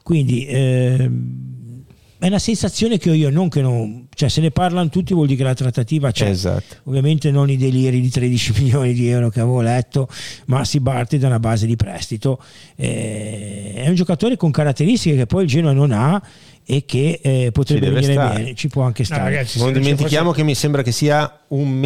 quindi è una sensazione che cioè se ne parlano tutti vuol dire che la trattativa c'è. Esatto. Ovviamente non i deliri di 13 milioni di euro che avevo letto, ma si parte da una base di prestito. È un giocatore con caratteristiche che poi il Genoa non ha e che potrebbe venire bene, ci può anche stare. Ragazzi, non dimentichiamo che mi sembra che sia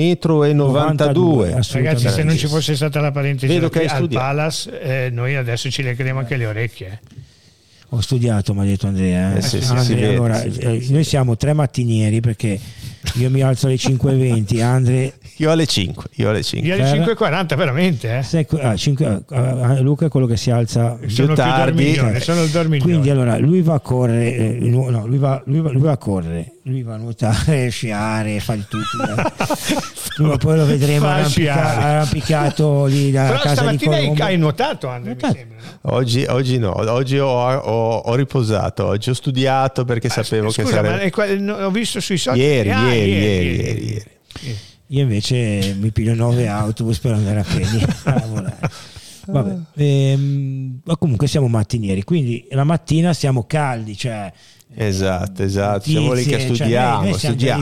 1,92 m. Ragazzi, se non ci fosse stata la parentesi al Palace, noi adesso ci legheremo anche le orecchie. Ho studiato, mi ha detto Andrea. Noi siamo 3 mattinieri, perché io mi alzo alle 5:20, Andre Io alle 5. Io alle 5:40 veramente, Luca è quello che si alza sono tardi, sono il dormiglione. Quindi allora lui va a correre, lui va a correre, lui va a nuotare, sciare, fa di tutto. Poi lo vedremo arrampicato lì da però casa di Colombo. Stamattina hai nuotato, Andrea, mi sembra, no? Oggi no, oggi ho riposato, oggi ho studiato perché sapevo che sarebbe. Ma ho visto sui social Ieri. Io invece mi piglio 9 autobus per andare a piedi a lavorare. Vabbè, ma comunque siamo mattinieri, quindi la mattina siamo caldi, cioè esatto, siamo lì che studiamo,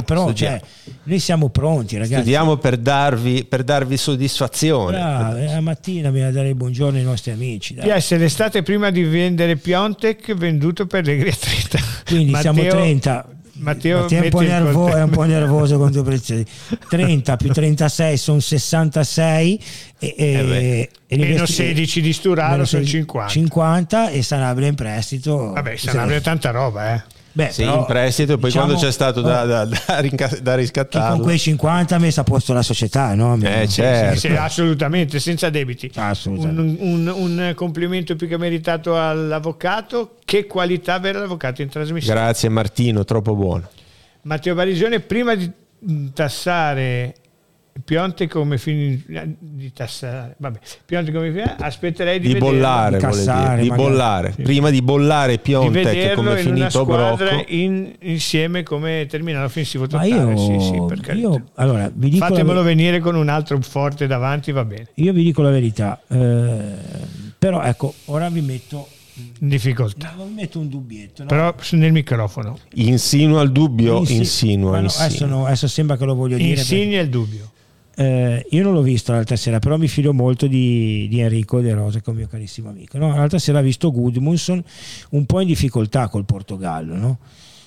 noi siamo pronti, ragazzi. Studiamo per darvi soddisfazione. La mattina bisogna dare il buongiorno ai nostri amici. PS, l'estate prima di vendere Piontek venduto per Allegri a 30. Quindi siamo 30. Matteo è un po' nervoso con i prezzi. 30 più 36 sono 66 e meno 16 di Sturaro sono 50 e Sanabria in prestito. Vabbè, Sanabria è tanta roba, Beh, sì, però, in prestito, e poi quando c'è stato da riscattare con quei 50 ha messo a posto la società, no? Certo. Sì, assolutamente, senza debiti. Assolutamente. Un complimento più che meritato all'avvocato. Che qualità avere l'avvocato in trasmissione. Grazie Martino, troppo buono. Matteo Barisione, prima di tassare Piontek come di tassare, Piontek come aspetterei di bollare, di bollare. Sì. Prima di bollare Piontek come è finito Brocco insieme come termina l'offensivo totale. Io allora vi dico fatemelo venire con un altro forte davanti, va bene. Io vi dico la verità, però ecco, ora vi metto in difficoltà. Mi metto un dubbietto, no? Però nel microfono. Insinua il dubbio, insinua. Adesso sembra che lo voglio dire. Insinua il dubbio. Io non l'ho visto l'altra sera, però mi fido molto di Enrico De Rosa, che è un mio carissimo amico, no? L'altra sera ha visto Gudmundsson un po' in difficoltà col Portogallo, no?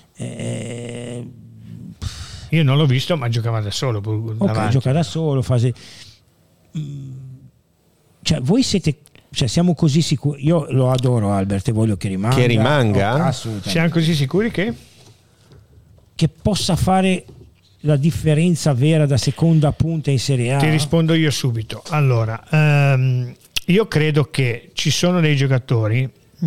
Io non l'ho visto, ma giocava da solo. Gioca da solo, cioè voi siete, cioè siamo così sicuri? Io lo adoro Albert e voglio che rimanga. Assolutamente. Siamo così sicuri che possa fare la differenza vera da seconda punta in Serie A? Ti rispondo io subito. Allora, io credo che ci sono dei giocatori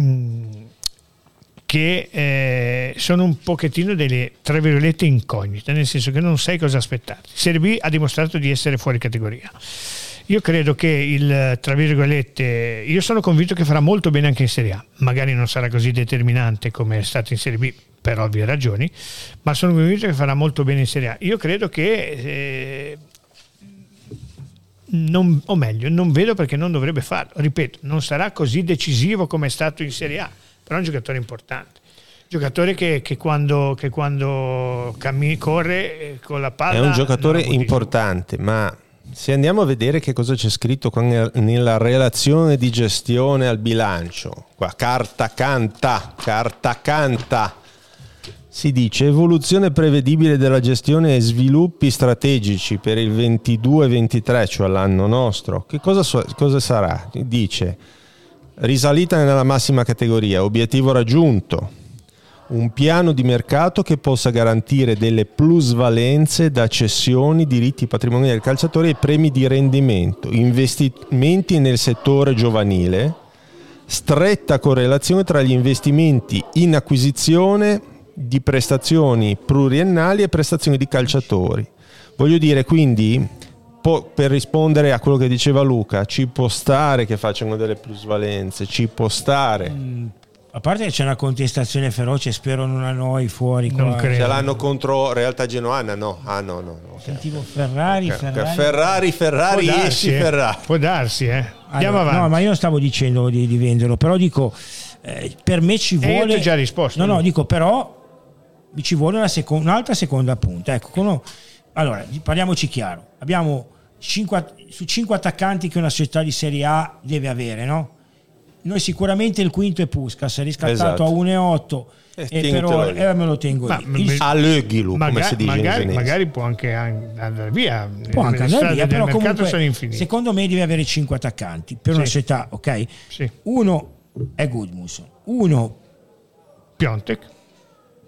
che sono un pochettino delle, tra virgolette, incognite, nel senso che non sai cosa aspettarti. Serie B ha dimostrato di essere fuori categoria. Io credo che il, tra virgolette, io sono convinto che farà molto bene anche in Serie A, magari non sarà così determinante come è stato in Serie B per ovvie ragioni, ma sono convinto che farà molto bene in Serie A. Io credo che non vedo perché non dovrebbe farlo, ripeto, non sarà così decisivo come è stato in Serie A, però è un giocatore importante, giocatore che quando corre con la palla è un giocatore importante, ma se andiamo a vedere che cosa c'è scritto nella relazione di gestione al bilancio, qua carta canta, si dice evoluzione prevedibile della gestione e sviluppi strategici per il 22-23, cioè l'anno nostro. Che cosa sarà? Dice risalita nella massima categoria, obiettivo raggiunto, un piano di mercato che possa garantire delle plusvalenze da cessioni, diritti patrimoniali del calciatore e premi di rendimento, investimenti nel settore giovanile, stretta correlazione tra gli investimenti in acquisizione di prestazioni pluriennali e prestazioni di calciatori. Voglio dire, quindi, per rispondere a quello che diceva Luca, ci può stare che facciano delle plusvalenze, ci può stare. A parte che c'è una contestazione feroce, spero non a noi fuori qua. Non credo. Ce l'hanno contro Realtà Genoana? No. No. Sentivo Ferrari. Ferrari, esci Ferrari. Può darsi, Andiamo avanti. No, ma io non stavo dicendo di venderlo, però dico, per me ci vuole... io ti ho già risposto. No, dico, però ci vuole un'altra seconda punta. Ecco, allora, parliamoci chiaro. Abbiamo 5 attaccanti che una società di Serie A deve avere, no? Noi sicuramente il quinto è Puskás, è riscattato a 1,8 e per ora me lo tengo lì. All'Ögilu, come si dice magari può anche andare via. Può anche andare via, però comunque sono infiniti. Secondo me deve avere 5 attaccanti per una società, ok? Sì. Uno è Gudmundsson, uno Piontek,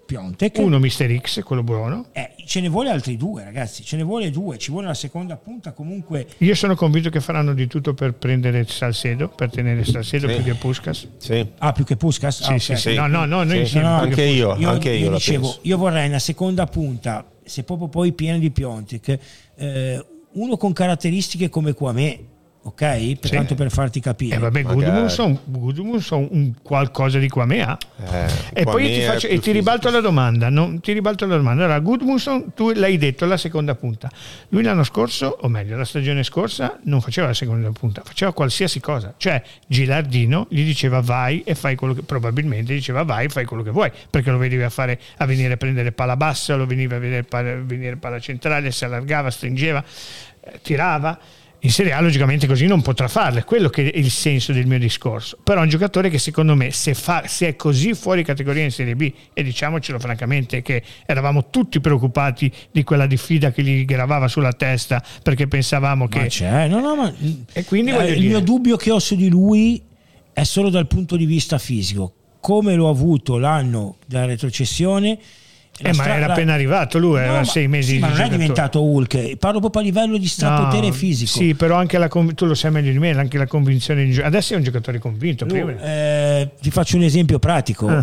Piontek. Uno Mister X, quello buono. Ce ne vuole altri 2, ragazzi, ce ne vuole 2, ci vuole la seconda punta comunque. Io sono convinto che faranno di tutto per prendere Salcedo, per tenere Salcedo più che Puskás. Sì. Più che Puskás? Sì, Okay. sì. No, noi sì. Anche io dicevo, io vorrei una seconda punta, se proprio poi pieno di Piontek, uno con caratteristiche come Kouamé, ok? Tanto per farti capire. Vabbè, Gudmundsson un qualcosa di Kouamé ha. E poi ti ribalto la domanda. Allora, Gudmundsson, tu l'hai detto, la seconda punta. Lui l'anno scorso, o meglio, la stagione scorsa, non faceva la seconda punta, faceva qualsiasi cosa. Cioè, Gilardino gli diceva vai e fai quello che, probabilmente diceva vai e fai quello che vuoi, perché lo veniva a venire a prendere palla bassa, lo veniva a venire palla centrale, si allargava, stringeva, tirava. In Serie A logicamente così non potrà farle, quello che è il senso del mio discorso. Però è un giocatore che secondo me se è così fuori categoria in Serie B, e diciamocelo francamente che eravamo tutti preoccupati di quella diffida che gli gravava sulla testa, perché pensavamo che e quindi il mio dubbio che ho su di lui è solo dal punto di vista fisico, come l'ho avuto l'anno della retrocessione. Ma era appena arrivato lui, aveva 6 mesi di ma non giocatore. è diventato Hulk, parlo proprio a livello di strapotere fisico. Sì, però anche tu lo sai meglio di me, anche la convinzione di adesso è un giocatore convinto. Ti faccio un esempio pratico.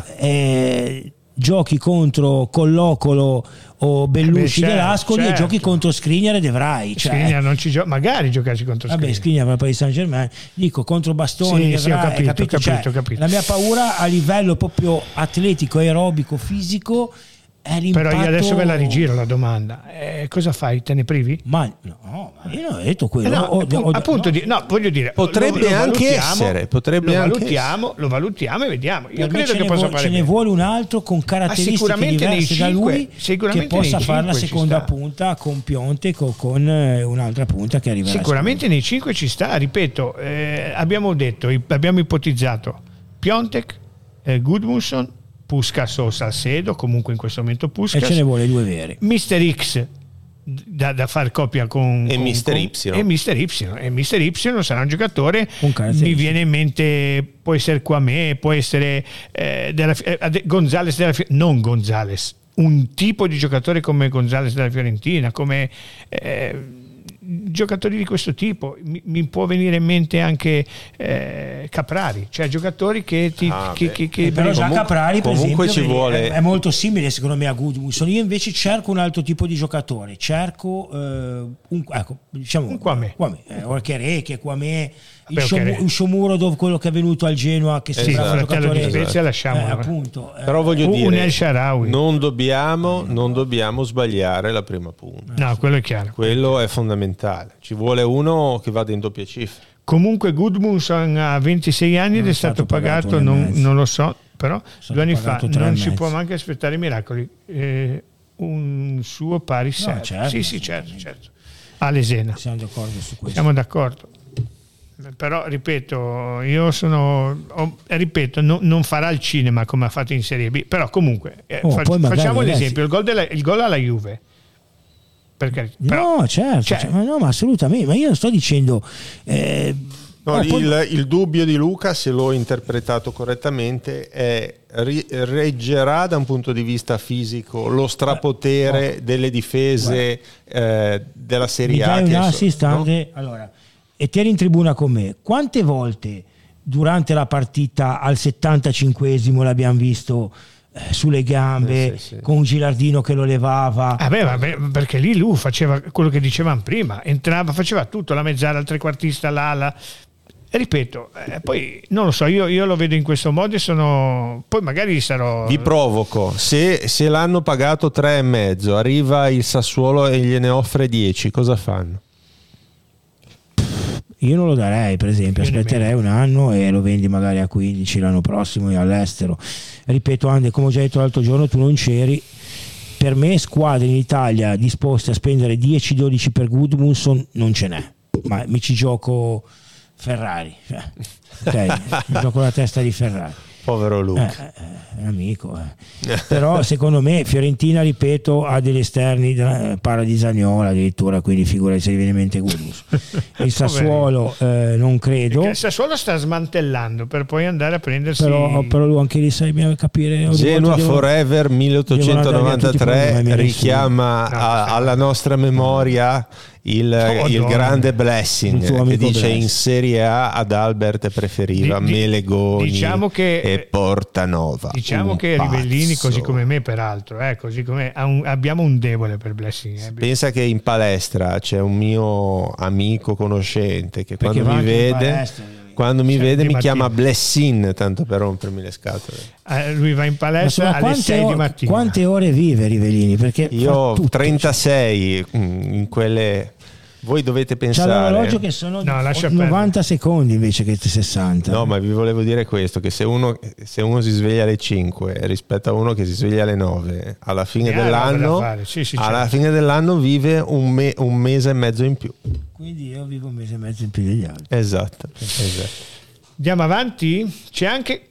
Giochi contro Collocolo o Bellucci dell'Ascoli, e giochi contro Skriniar e De Vrij. Skriniar non ci gioca, magari giocarci contro Skriniar. Skriniar va per il Saint Germain, dico contro Bastoni. Ho capito. La mia paura a livello proprio atletico, aerobico, fisico è l'impatto. Però io adesso ve la rigiro la domanda. Cosa fai? Te ne privi? Ma io non ho detto quello. Voglio dire, potrebbe anche essere. Lo valutiamo e vediamo. Io credo che possa fare. Ce ne vuole un altro con caratteristiche diverse da lui, che possa fare la seconda punta con Piontek o con un'altra punta che arriverà. Sicuramente nei 5 ci sta, ripeto, abbiamo ipotizzato Piontek, Gudmundsson, Puskás o Salcedo, comunque in questo momento Puskás, e ce ne vuole 2 veri. Mister X da far coppia con Mister Y. E Mister Y sarà un giocatore, mi viene in mente, può essere Kouamé, può essere Gonzalez non Gonzalez, un tipo di giocatore come Gonzalez della Fiorentina, come giocatori di questo tipo. Mi può venire in mente anche Caprari, cioè giocatori che però già Caprari per comunque esempio ci vuole. È molto simile secondo me a Gudmundsson. Io invece cerco un altro tipo di giocatore, cerco un Kouamé, che Kouamé, il Shomurodov, quello che è venuto al Genoa, che sembra un giocatore di Spezia, lasciamolo, appunto. Però voglio dire, El Shaarawy. non dobbiamo sbagliare la prima punta. No, quello è chiaro. Quello è fondamentale. Ci vuole uno che vada in doppia cifra. Comunque Gudmundsson ha 26 anni ed è stato pagato non lo so, però 2 anni fa non si può neanche aspettare miracoli. Un suo pari certo. Certo. A Lesena. Siamo d'accordo su questo. Siamo d'accordo. Però ripeto, non farà il cinema come ha fatto in Serie B, però comunque facciamo l'esempio, il gol alla Juve. Perché, però, certo, ma assolutamente, ma io non sto dicendo il dubbio di Luca, se l'ho interpretato correttamente, è reggerà da un punto di vista fisico lo strapotere delle difese della Serie A. Un assist anche, allora, e ti eri in tribuna con me, quante volte durante la partita al 75esimo l'abbiamo visto sulle gambe, con Gilardino che lo levava? Perché lì lui faceva quello che dicevamo prima, entrava, faceva tutto, la mezzala, il trequartista, l'ala. Ripeto, poi non lo so, io lo vedo in questo modo e poi magari sarò. Vi provoco, se l'hanno pagato 3,5, arriva il Sassuolo e gliene offre 10, cosa fanno? Io non lo darei, per esempio, aspetterei un anno e lo vendi magari a 15 l'anno prossimo e all'estero. Ripeto, Ande, come ho già detto l'altro giorno, tu non c'eri. Per me squadre in Italia disposte a spendere 10-12 per Gudmundsson non ce n'è, ma mi ci gioco Ferrari, mi gioco la testa di Ferrari. Povero Luca. È un amico. Però secondo me Fiorentina, ripeto, ha degli esterni, parla di Zagnola addirittura, quindi figurati se gli viene in mente Gudus. Il Sassuolo non credo. Perché il Sassuolo sta smantellando per poi andare a prendersi... Però lui anche lì sai capire... Genoa Forever 1893 richiama alla nostra memoria il grande Blessing, che dice in Serie A ad Albert preferiva Melegoni e Portanova. Diciamo che Rivellini, così come me peraltro, così come abbiamo un debole per Blessing. Pensa che in palestra c'è un mio amico conoscente che quando mi vede mi chiama Blessing, tanto per rompermi le scatole. Lui va in palestra alle 6 di mattina. Quante ore vive Rivellini? Perché io ho 36 in quelle... Voi dovete pensare... C'è l'orologio che sono 90 secondi invece che 60. No, ma vi volevo dire questo, che se uno si sveglia alle 5 rispetto a uno che si sveglia alle 9, alla fine dell'anno fine dell'anno vive un mese e mezzo in più. Quindi io vivo un mese e mezzo in più degli altri. Esatto. Andiamo avanti? C'è anche...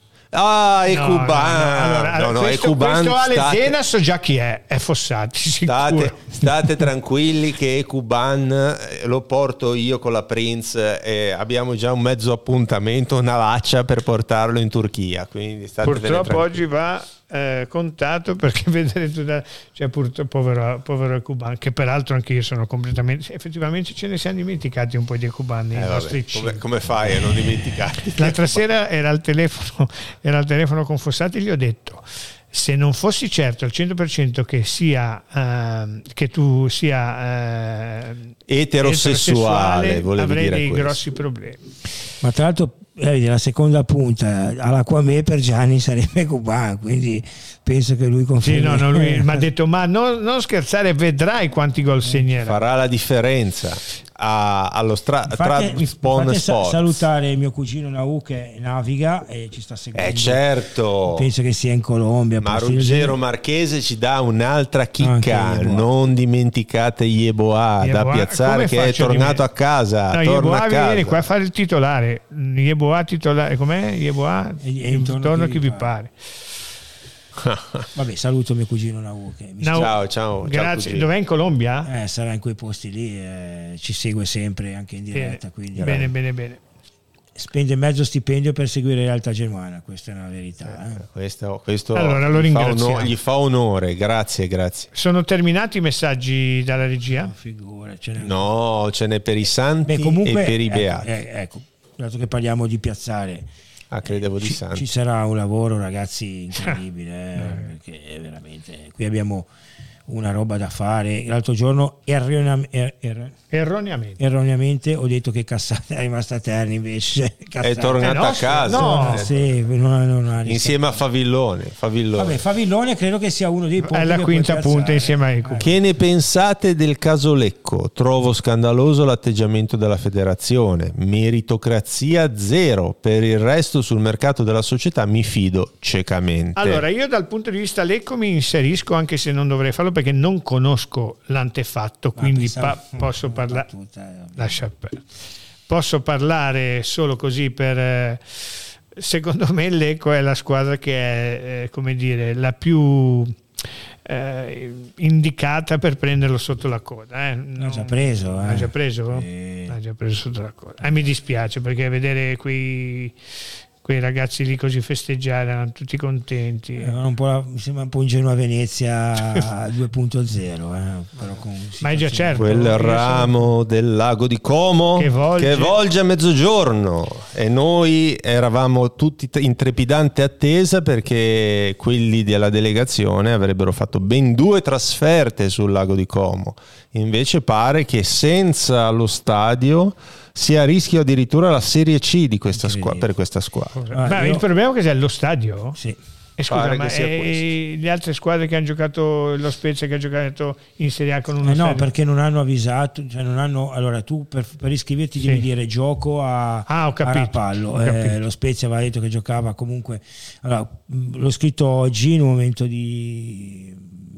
Ecuban. Questo Ale Zena so già chi è Fossati, state tranquilli che Ecuban lo porto io con la Prince e abbiamo già un mezzo appuntamento, una laccia per portarlo in Turchia, quindi purtroppo oggi va contato, perché vedere povero Ecuban, che peraltro anche io sono completamente, effettivamente ce ne siamo dimenticati un po' di Ecuban nei nostri come fai a non dimenticarti? L'altra sera era al telefono con Fossati, gli ho detto: se non fossi certo al 100% che tu sia eterosessuale avrei dei questo. grossi problemi. Ma tra l'altro la seconda punta all'Aquamè per Gianni sarebbe Ecuban, quindi penso che lui confermi. Sì, lui mi ha detto: ma non scherzare, vedrai quanti gol segnerà. Farà la differenza allo Sport. Salutare mio cugino Nau che naviga e ci sta seguendo. Certo. Penso che sia in Colombia. Ma Ruggero Marchese ci dà un'altra chicca. Non dimenticate Yeboah da piazzare, che è tornato a casa. Torna a casa. Viene qua a fare il titolare. Yeboah titolare, com'è? Yeboah intorno a chi vi pare. Vabbè, saluto mio cugino Nau. Ciao. Grazie. Dov'è, in Colombia? Sarà in quei posti lì, ci segue sempre anche in diretta. Quindi, bene. Spende mezzo stipendio per seguire l'Alta Germana, questa è una verità. Questo allora, lo ringraziamo. Gli fa onore, grazie. Sono terminati i messaggi dalla regia? Figura, ce n'è per i santi e per i beati. Ecco, dato che parliamo di piazzare, credevo di santi. Ci sarà un lavoro, ragazzi, incredibile, perché veramente qui abbiamo una roba da fare. L'altro giorno erroneamente ho detto che Cassata è rimasta a Terni, invece è tornata a casa insieme a Favillone. Vabbè, Favillone credo che sia uno dei punti, è la quinta punta insieme a Eco. Che ne pensate del caso Lecco? Trovo scandaloso l'atteggiamento della federazione, meritocrazia zero, per il resto sul mercato della società mi fido ciecamente. Allora, io dal punto di vista Lecco mi inserisco, anche se non dovrei farlo perché non conosco l'antefatto, quindi posso parlare. Lascia perdere. Posso parlare solo così per. Secondo me l'Ecco è la squadra che è come dire la più indicata per prenderlo sotto la coda. Ha già preso. Ha già preso sotto la coda. Mi dispiace, perché vedere quei ragazzi lì così festeggiare, erano tutti contenti. Mi sembra un po' in Genoa Venezia 2.0, però ma è già certo. Quel ramo del lago di Como che volge a mezzogiorno, e noi eravamo tutti in trepidante attesa, perché quelli della delegazione avrebbero fatto ben 2 trasferte sul lago di Como. Invece pare che senza lo stadio sia a rischio addirittura la Serie C di questa per questa squadra. Ma il problema è che c'è lo stadio? Sì. Scusa, ma le altre squadre che hanno giocato, lo Spezia che ha giocato in Serie A con uno no, perché non hanno avvisato, cioè non hanno. Allora tu per iscriverti devi dire gioco a Rapallo. Lo Spezia aveva detto che giocava comunque. Allora, l'ho scritto oggi in un momento di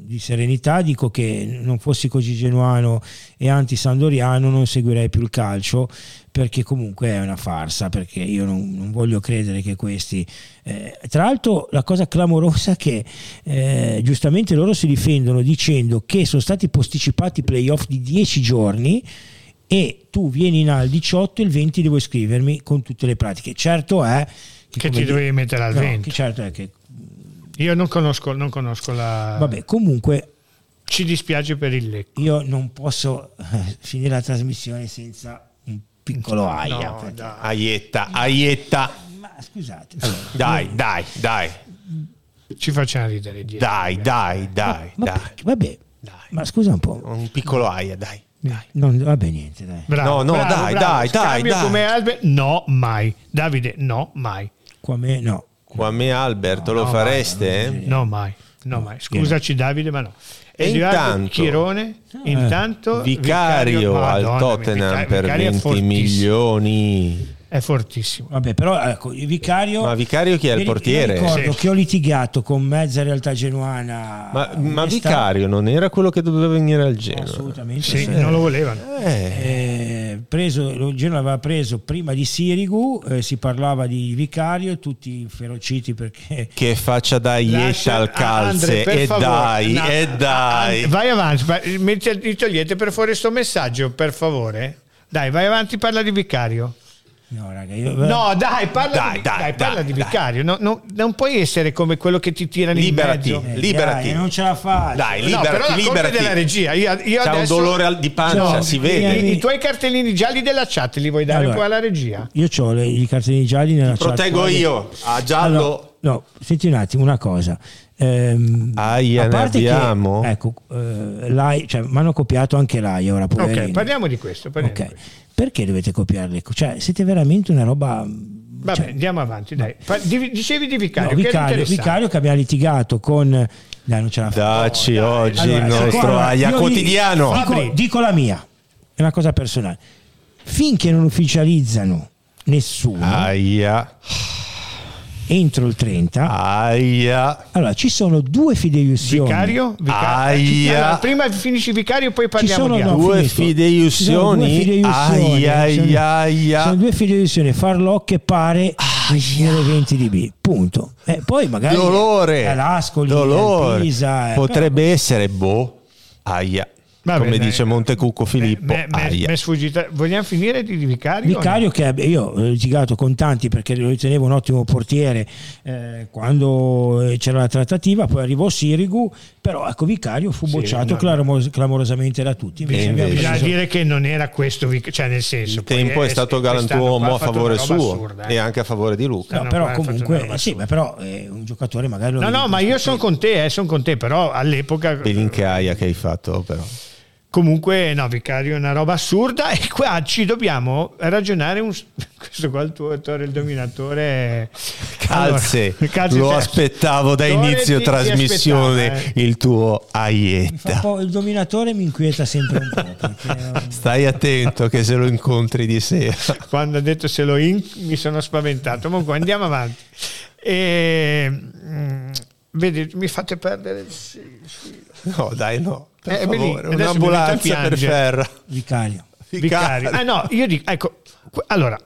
di serenità dico che non fossi così genuano e anti-sandoriano non seguirei più il calcio, perché comunque è una farsa, perché io non voglio credere che questi tra l'altro la cosa clamorosa è che giustamente loro si difendono dicendo che sono stati posticipati i playoff di 10 giorni e tu vieni in al 18 e il 20 devo iscrivermi con tutte le pratiche. Certo è che ti dovevi mettere al 20. Certo è che io non conosco la... Vabbè, comunque ci dispiace per il Lecco. Io non posso finire la trasmissione senza un piccolo aia. No, Aietta. Ma scusate. Allora, Dai. Ci facciamo ridere dietro. Dai. Vabbè, ma scusa un po'. Un piccolo aia, dai. Non, vabbè, niente, dai. Bravo, No, bravo, dai. Scambio come Albert? No, mai. Davide, no, mai. Qua me no. Qua a me Alberto lo fareste? No, mai. Scusaci Davide, ma no. E intanto intanto Vicario al Tottenham per 20 milioni. È fortissimo. Vabbè, però ecco, il Vicario. Ma Vicario chi è il portiere? Ricordo Sì. che ho litigato con mezza realtà genuana. Ma Vicario non era quello che doveva venire al Genoa? Assolutamente Sì, non lo volevano. Lo Genoa aveva preso prima di Sirigu, si parlava di Vicario, tutti inferociti perché Che faccia da Ietta al calze. Andre, per E favore. dai. Vai avanti, mi togliete per fuori sto messaggio, per favore. Dai, vai avanti, parla di Vicario. no, raga, parla di Vicario. No, non puoi essere come quello che ti tirano Liberati. in mezzo. Liberati. non ce la faccio. Dai, No, però la colpa è liberati. della regia. Io C'ha un adesso... dolore di pancia, No, si vede. I tuoi cartellini gialli della chat li vuoi dare Allora, poi alla regia? Io ho i cartellini gialli nella chat. Proteggo io. A giallo. Allora, no, senti un attimo una cosa. Aia, a ne parte abbiamo? Che, ecco, mi hanno copiato anche l'AIA ora, poverino. Ok, parliamo di questo. Ok. Perché dovete copiarle? Cioè, siete veramente una roba. Vabbè, andiamo avanti, dai. Dicevi di Vicario. No, Vicario che abbiamo litigato con. Dai, non ce la faccio. Dacci oggi Allora, il nostro allora, aia io quotidiano. Dico la mia, è una cosa personale. Finché non ufficializzano nessuno Aia. entro il 30, Aia. allora ci sono due fideiussioni. Vicario? Aia. Allora, prima finisci Vicario, poi parliamo sono, di no, altro. Due finisco. fideiussioni. Ci sono due fideiussioni. Aia. Sono due fideiussioni, Farlocche e Pare nelle 20 di B. Punto. Poi magari Dolore. l'Ascoli, Dolore. Pisa, Potrebbe essere Aia. Va Come bene. dice Montecucco Filippo. Mi Aia. è sfuggita. Vogliamo finire di Vicario? Vicario che io ho litigato con tanti perché lo ritenevo un ottimo portiere quando c'era la trattativa, poi arrivò Sirigu, però ecco Vicario fu bocciato clamorosamente da tutti. Invece abbiamo Bisogna preso- dire che non era questo, cioè nel senso. Il tempo è stato galantuomo a favore suo e anche a favore di Luca. No, No, però qua ha fatto una comunque roba sì, ma però un giocatore magari lo No, ma io sono con te, però all'epoca Belinche Aia che hai fatto però. comunque no, Vicario è una roba assurda e qua ci dobbiamo ragionare questo qua il tuo attore, il dominatore Calze, Calze, lo cioè, aspettavo da Torre inizio ti trasmissione aspettava, il tuo Fa Aietta. un po', il dominatore mi inquieta sempre un po' perché, Stai attento che se lo incontri di sera. quando ha detto mi sono spaventato. Comunque andiamo avanti. Vedi, mi fate perdere il filo. No, dai, no. Per favore, adesso mi un'ambulanza metto a per piangere. Ferra. Vicario. Vicario. No, io dico, ecco, allora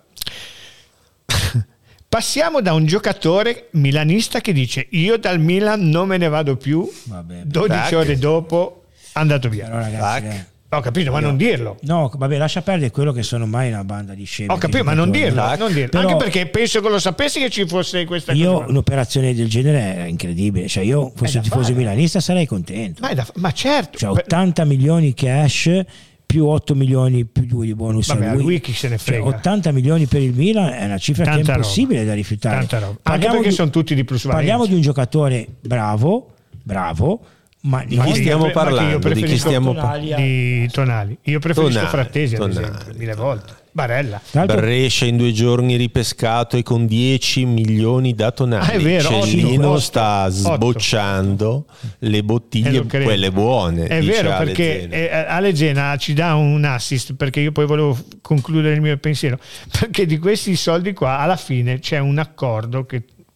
passiamo da un giocatore milanista che dice io dal Milan non me ne vado più, Vabbè, 12 tac. ore dopo andato via. però ragazzi, Tac. Ho capito, ma non dirlo. no, vabbè, lascia perdere quello che sono mai una banda di scemi. Ho capito, ma non dirlo, Tac. non dirlo. Però- Anche perché penso che lo sapessi che ci fosse questa Io cosa. un'operazione del genere è incredibile, cioè io fossi un da tifoso fare. milanista sarei contento. Ma certo. Cioè 80 milioni cash più 8 milioni più 2 di bonus Vabbè, a a lui. lui chi se ne Cioè, frega. 80 milioni per il Milan è una cifra che Tanta è impossibile roba. da rifiutare. Tanta roba. Anche Parliamo perché di- sono tutti di plusvalenza. Parliamo di un giocatore bravo, ma Di chi stiamo parlando? Di chi stiamo di Tonali. Io preferisco Tonali, Frattesi ad Tonali, esempio, 1000 volte. Barella. Tra l'altro- Brescia in 2 giorni ripescato e con 10 milioni da Tonali. Ah, è vero, Cellino otto. sta sbocciando le bottiglie, lo credo. quelle buone. È dice vero, Ale perché Zena. Ale Zena ci dà un assist, perché io poi volevo concludere il mio pensiero, perché di questi soldi qua alla fine c'è un accordo che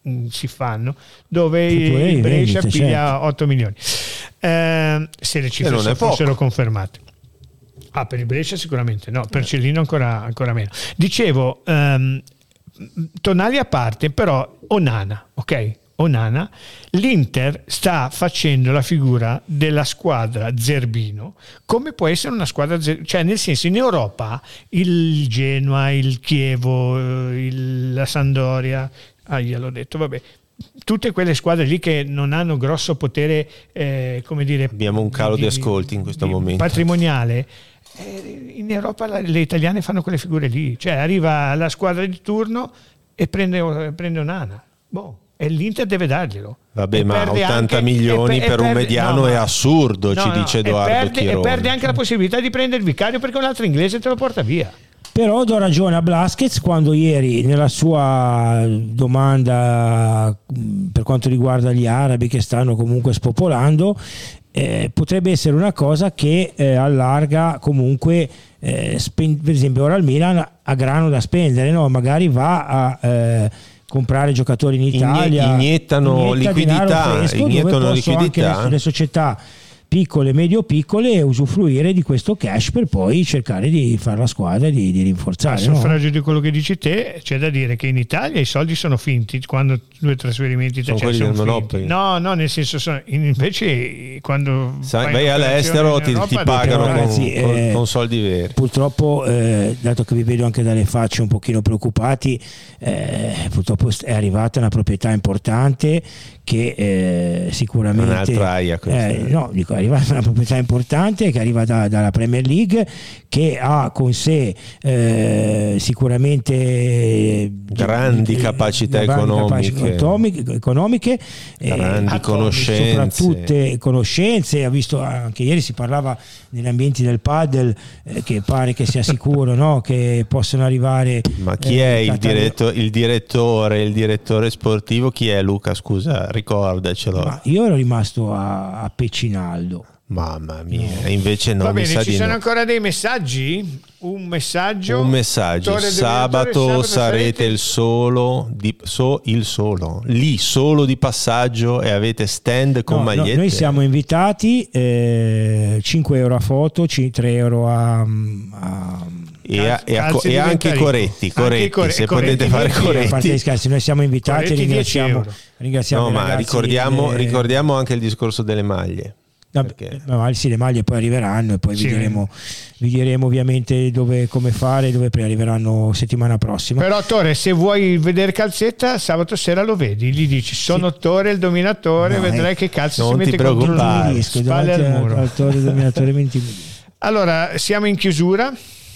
si fanno, dove Future il Brescia vendite, piglia certo. 8 milioni, se le cifre non è fossero poco. confermate. Per il Brescia sicuramente no, per Cellino ancora meno. Dicevo, tonali a parte, però Onana, ok? Onana, l'Inter sta facendo la figura della squadra Zerbino, come può essere una squadra, cioè nel senso, in Europa il Genoa, il Chievo, la Sampdoria, gliel'ho detto, vabbè, tutte quelle squadre lì che non hanno grosso potere, come dire, Abbiamo un calo di ascolti in questo momento. patrimoniale. In Europa le italiane fanno quelle figure lì, cioè arriva la squadra di turno e prende Onana, e l'Inter deve darglielo. Vabbè, E ma perde 80 anche- milioni per un mediano è assurdo, ci dice Edoardo e Chironi. perde anche la possibilità di prendere il vicario, perché un altro inglese te lo porta via. Però do ragione a Blasquez quando ieri nella sua domanda per quanto riguarda gli arabi che stanno comunque spopolando, potrebbe essere una cosa che allarga comunque, per esempio ora il Milan ha grano da spendere, no? Magari va a comprare giocatori in Italia, iniettano inietta liquidità, denaro fresco, iniettano dove possono liquidità. anche le società piccole, medio-piccole, usufruire di questo cash per poi cercare di fare la squadra e di rinforzare. A suffragio di quello che dici te, c'è da dire che in Italia i soldi sono finti quando due trasferimenti Sono quelli del finti. Monopoly. No, nel senso invece quando Vai all'estero ti pagano ragazzi, con soldi veri. Purtroppo, dato che vi vedo anche dalle facce un pochino preoccupati, purtroppo è arrivata una proprietà importante che sicuramente Un'altra aia questa. no, dico, è arrivata una proprietà importante che arriva dalla Premier League, che ha con sé sicuramente grandi capacità economiche, grandi conoscenze, soprattutto conoscenze. Ha visto anche ieri si parlava negli ambienti del padel, che pare che sia sicuro, no? Che possono arrivare. Ma chi è il direttore sportivo? Chi è, Luca? Scusa, ricordacelo. Ma io ero rimasto a Pecinaldo. Mamma mia, invece no. Va bene, mi sa ci di sono no. ancora dei messaggi? Un messaggio. Sabato sarete il solo di passaggio e avete stand con magliette. Noi siamo invitati, 5 euro a foto, 3 euro e anche corretti, se potete fare a parte gli corretti. scherzi, noi siamo invitati, Corretti, 10 euro. ringraziamo No, i ma ragazzi, ricordiamo anche il discorso delle maglie. Sì, le maglie poi arriveranno e poi Sì. vi diremo ovviamente come fare, dove arriveranno settimana prossima. Però Tore, se vuoi vedere Calzetta, sabato sera lo vedi, gli dici sono Tore il dominatore, vedrai che cazzo non si ti mette contro il preoccupare. muro, spalle al muro. Allora, siamo in chiusura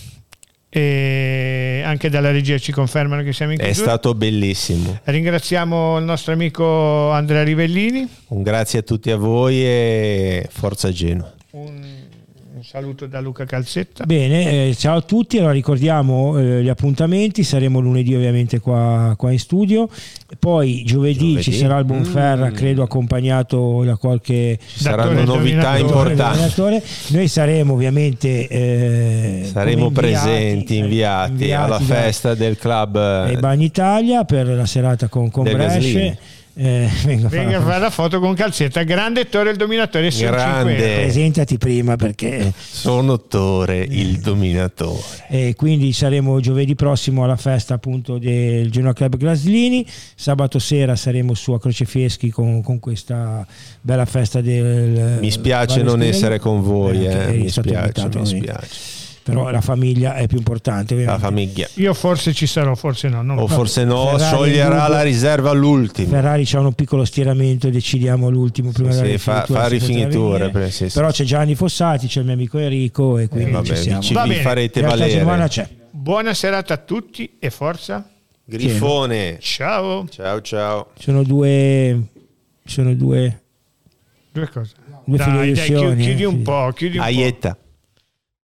e anche dalla regia ci confermano che siamo in È chiusura. stato bellissimo. Ringraziamo il nostro amico Andrea Rivellini. Un grazie a tutti a voi e forza Genoa. Un saluto da Luca Calzetta. Bene, ciao a tutti. Allora ricordiamo gli appuntamenti, saremo lunedì ovviamente qua in studio, poi giovedì ci sarà il Bonferra, credo accompagnato da qualche saranno novità importanti. Noi saremo ovviamente saremo inviati alla festa del club e Bagni Italia per la serata con Brescia. Venga a fare la foto con Calzetta. Grande Tore il dominatore. Grande. Presentati prima, perché sono Tore il dominatore. E quindi saremo giovedì prossimo alla festa appunto del Genoa Club Graslini. Sabato sera saremo su a Crocefieschi con questa bella festa del. Mi spiace non essere con voi, mi spiace. Però la famiglia è più importante, ovviamente. La famiglia. Io forse ci sarò, forse no. Forse no, scioglierà la riserva all'ultimo. Ferrari c'ha un piccolo stiramento, decidiamo l'ultimo prima della rifinitura. Fa rifiniture. Però c'è Gianni Fossati, c'è il mio amico Enrico e quindi ci siamo. Vi farete valere. C'è. Buona serata a tutti e forza Grifone. Ciao. Sono due cose. Due dai, filiazioni. chiudi un po'. Aietta.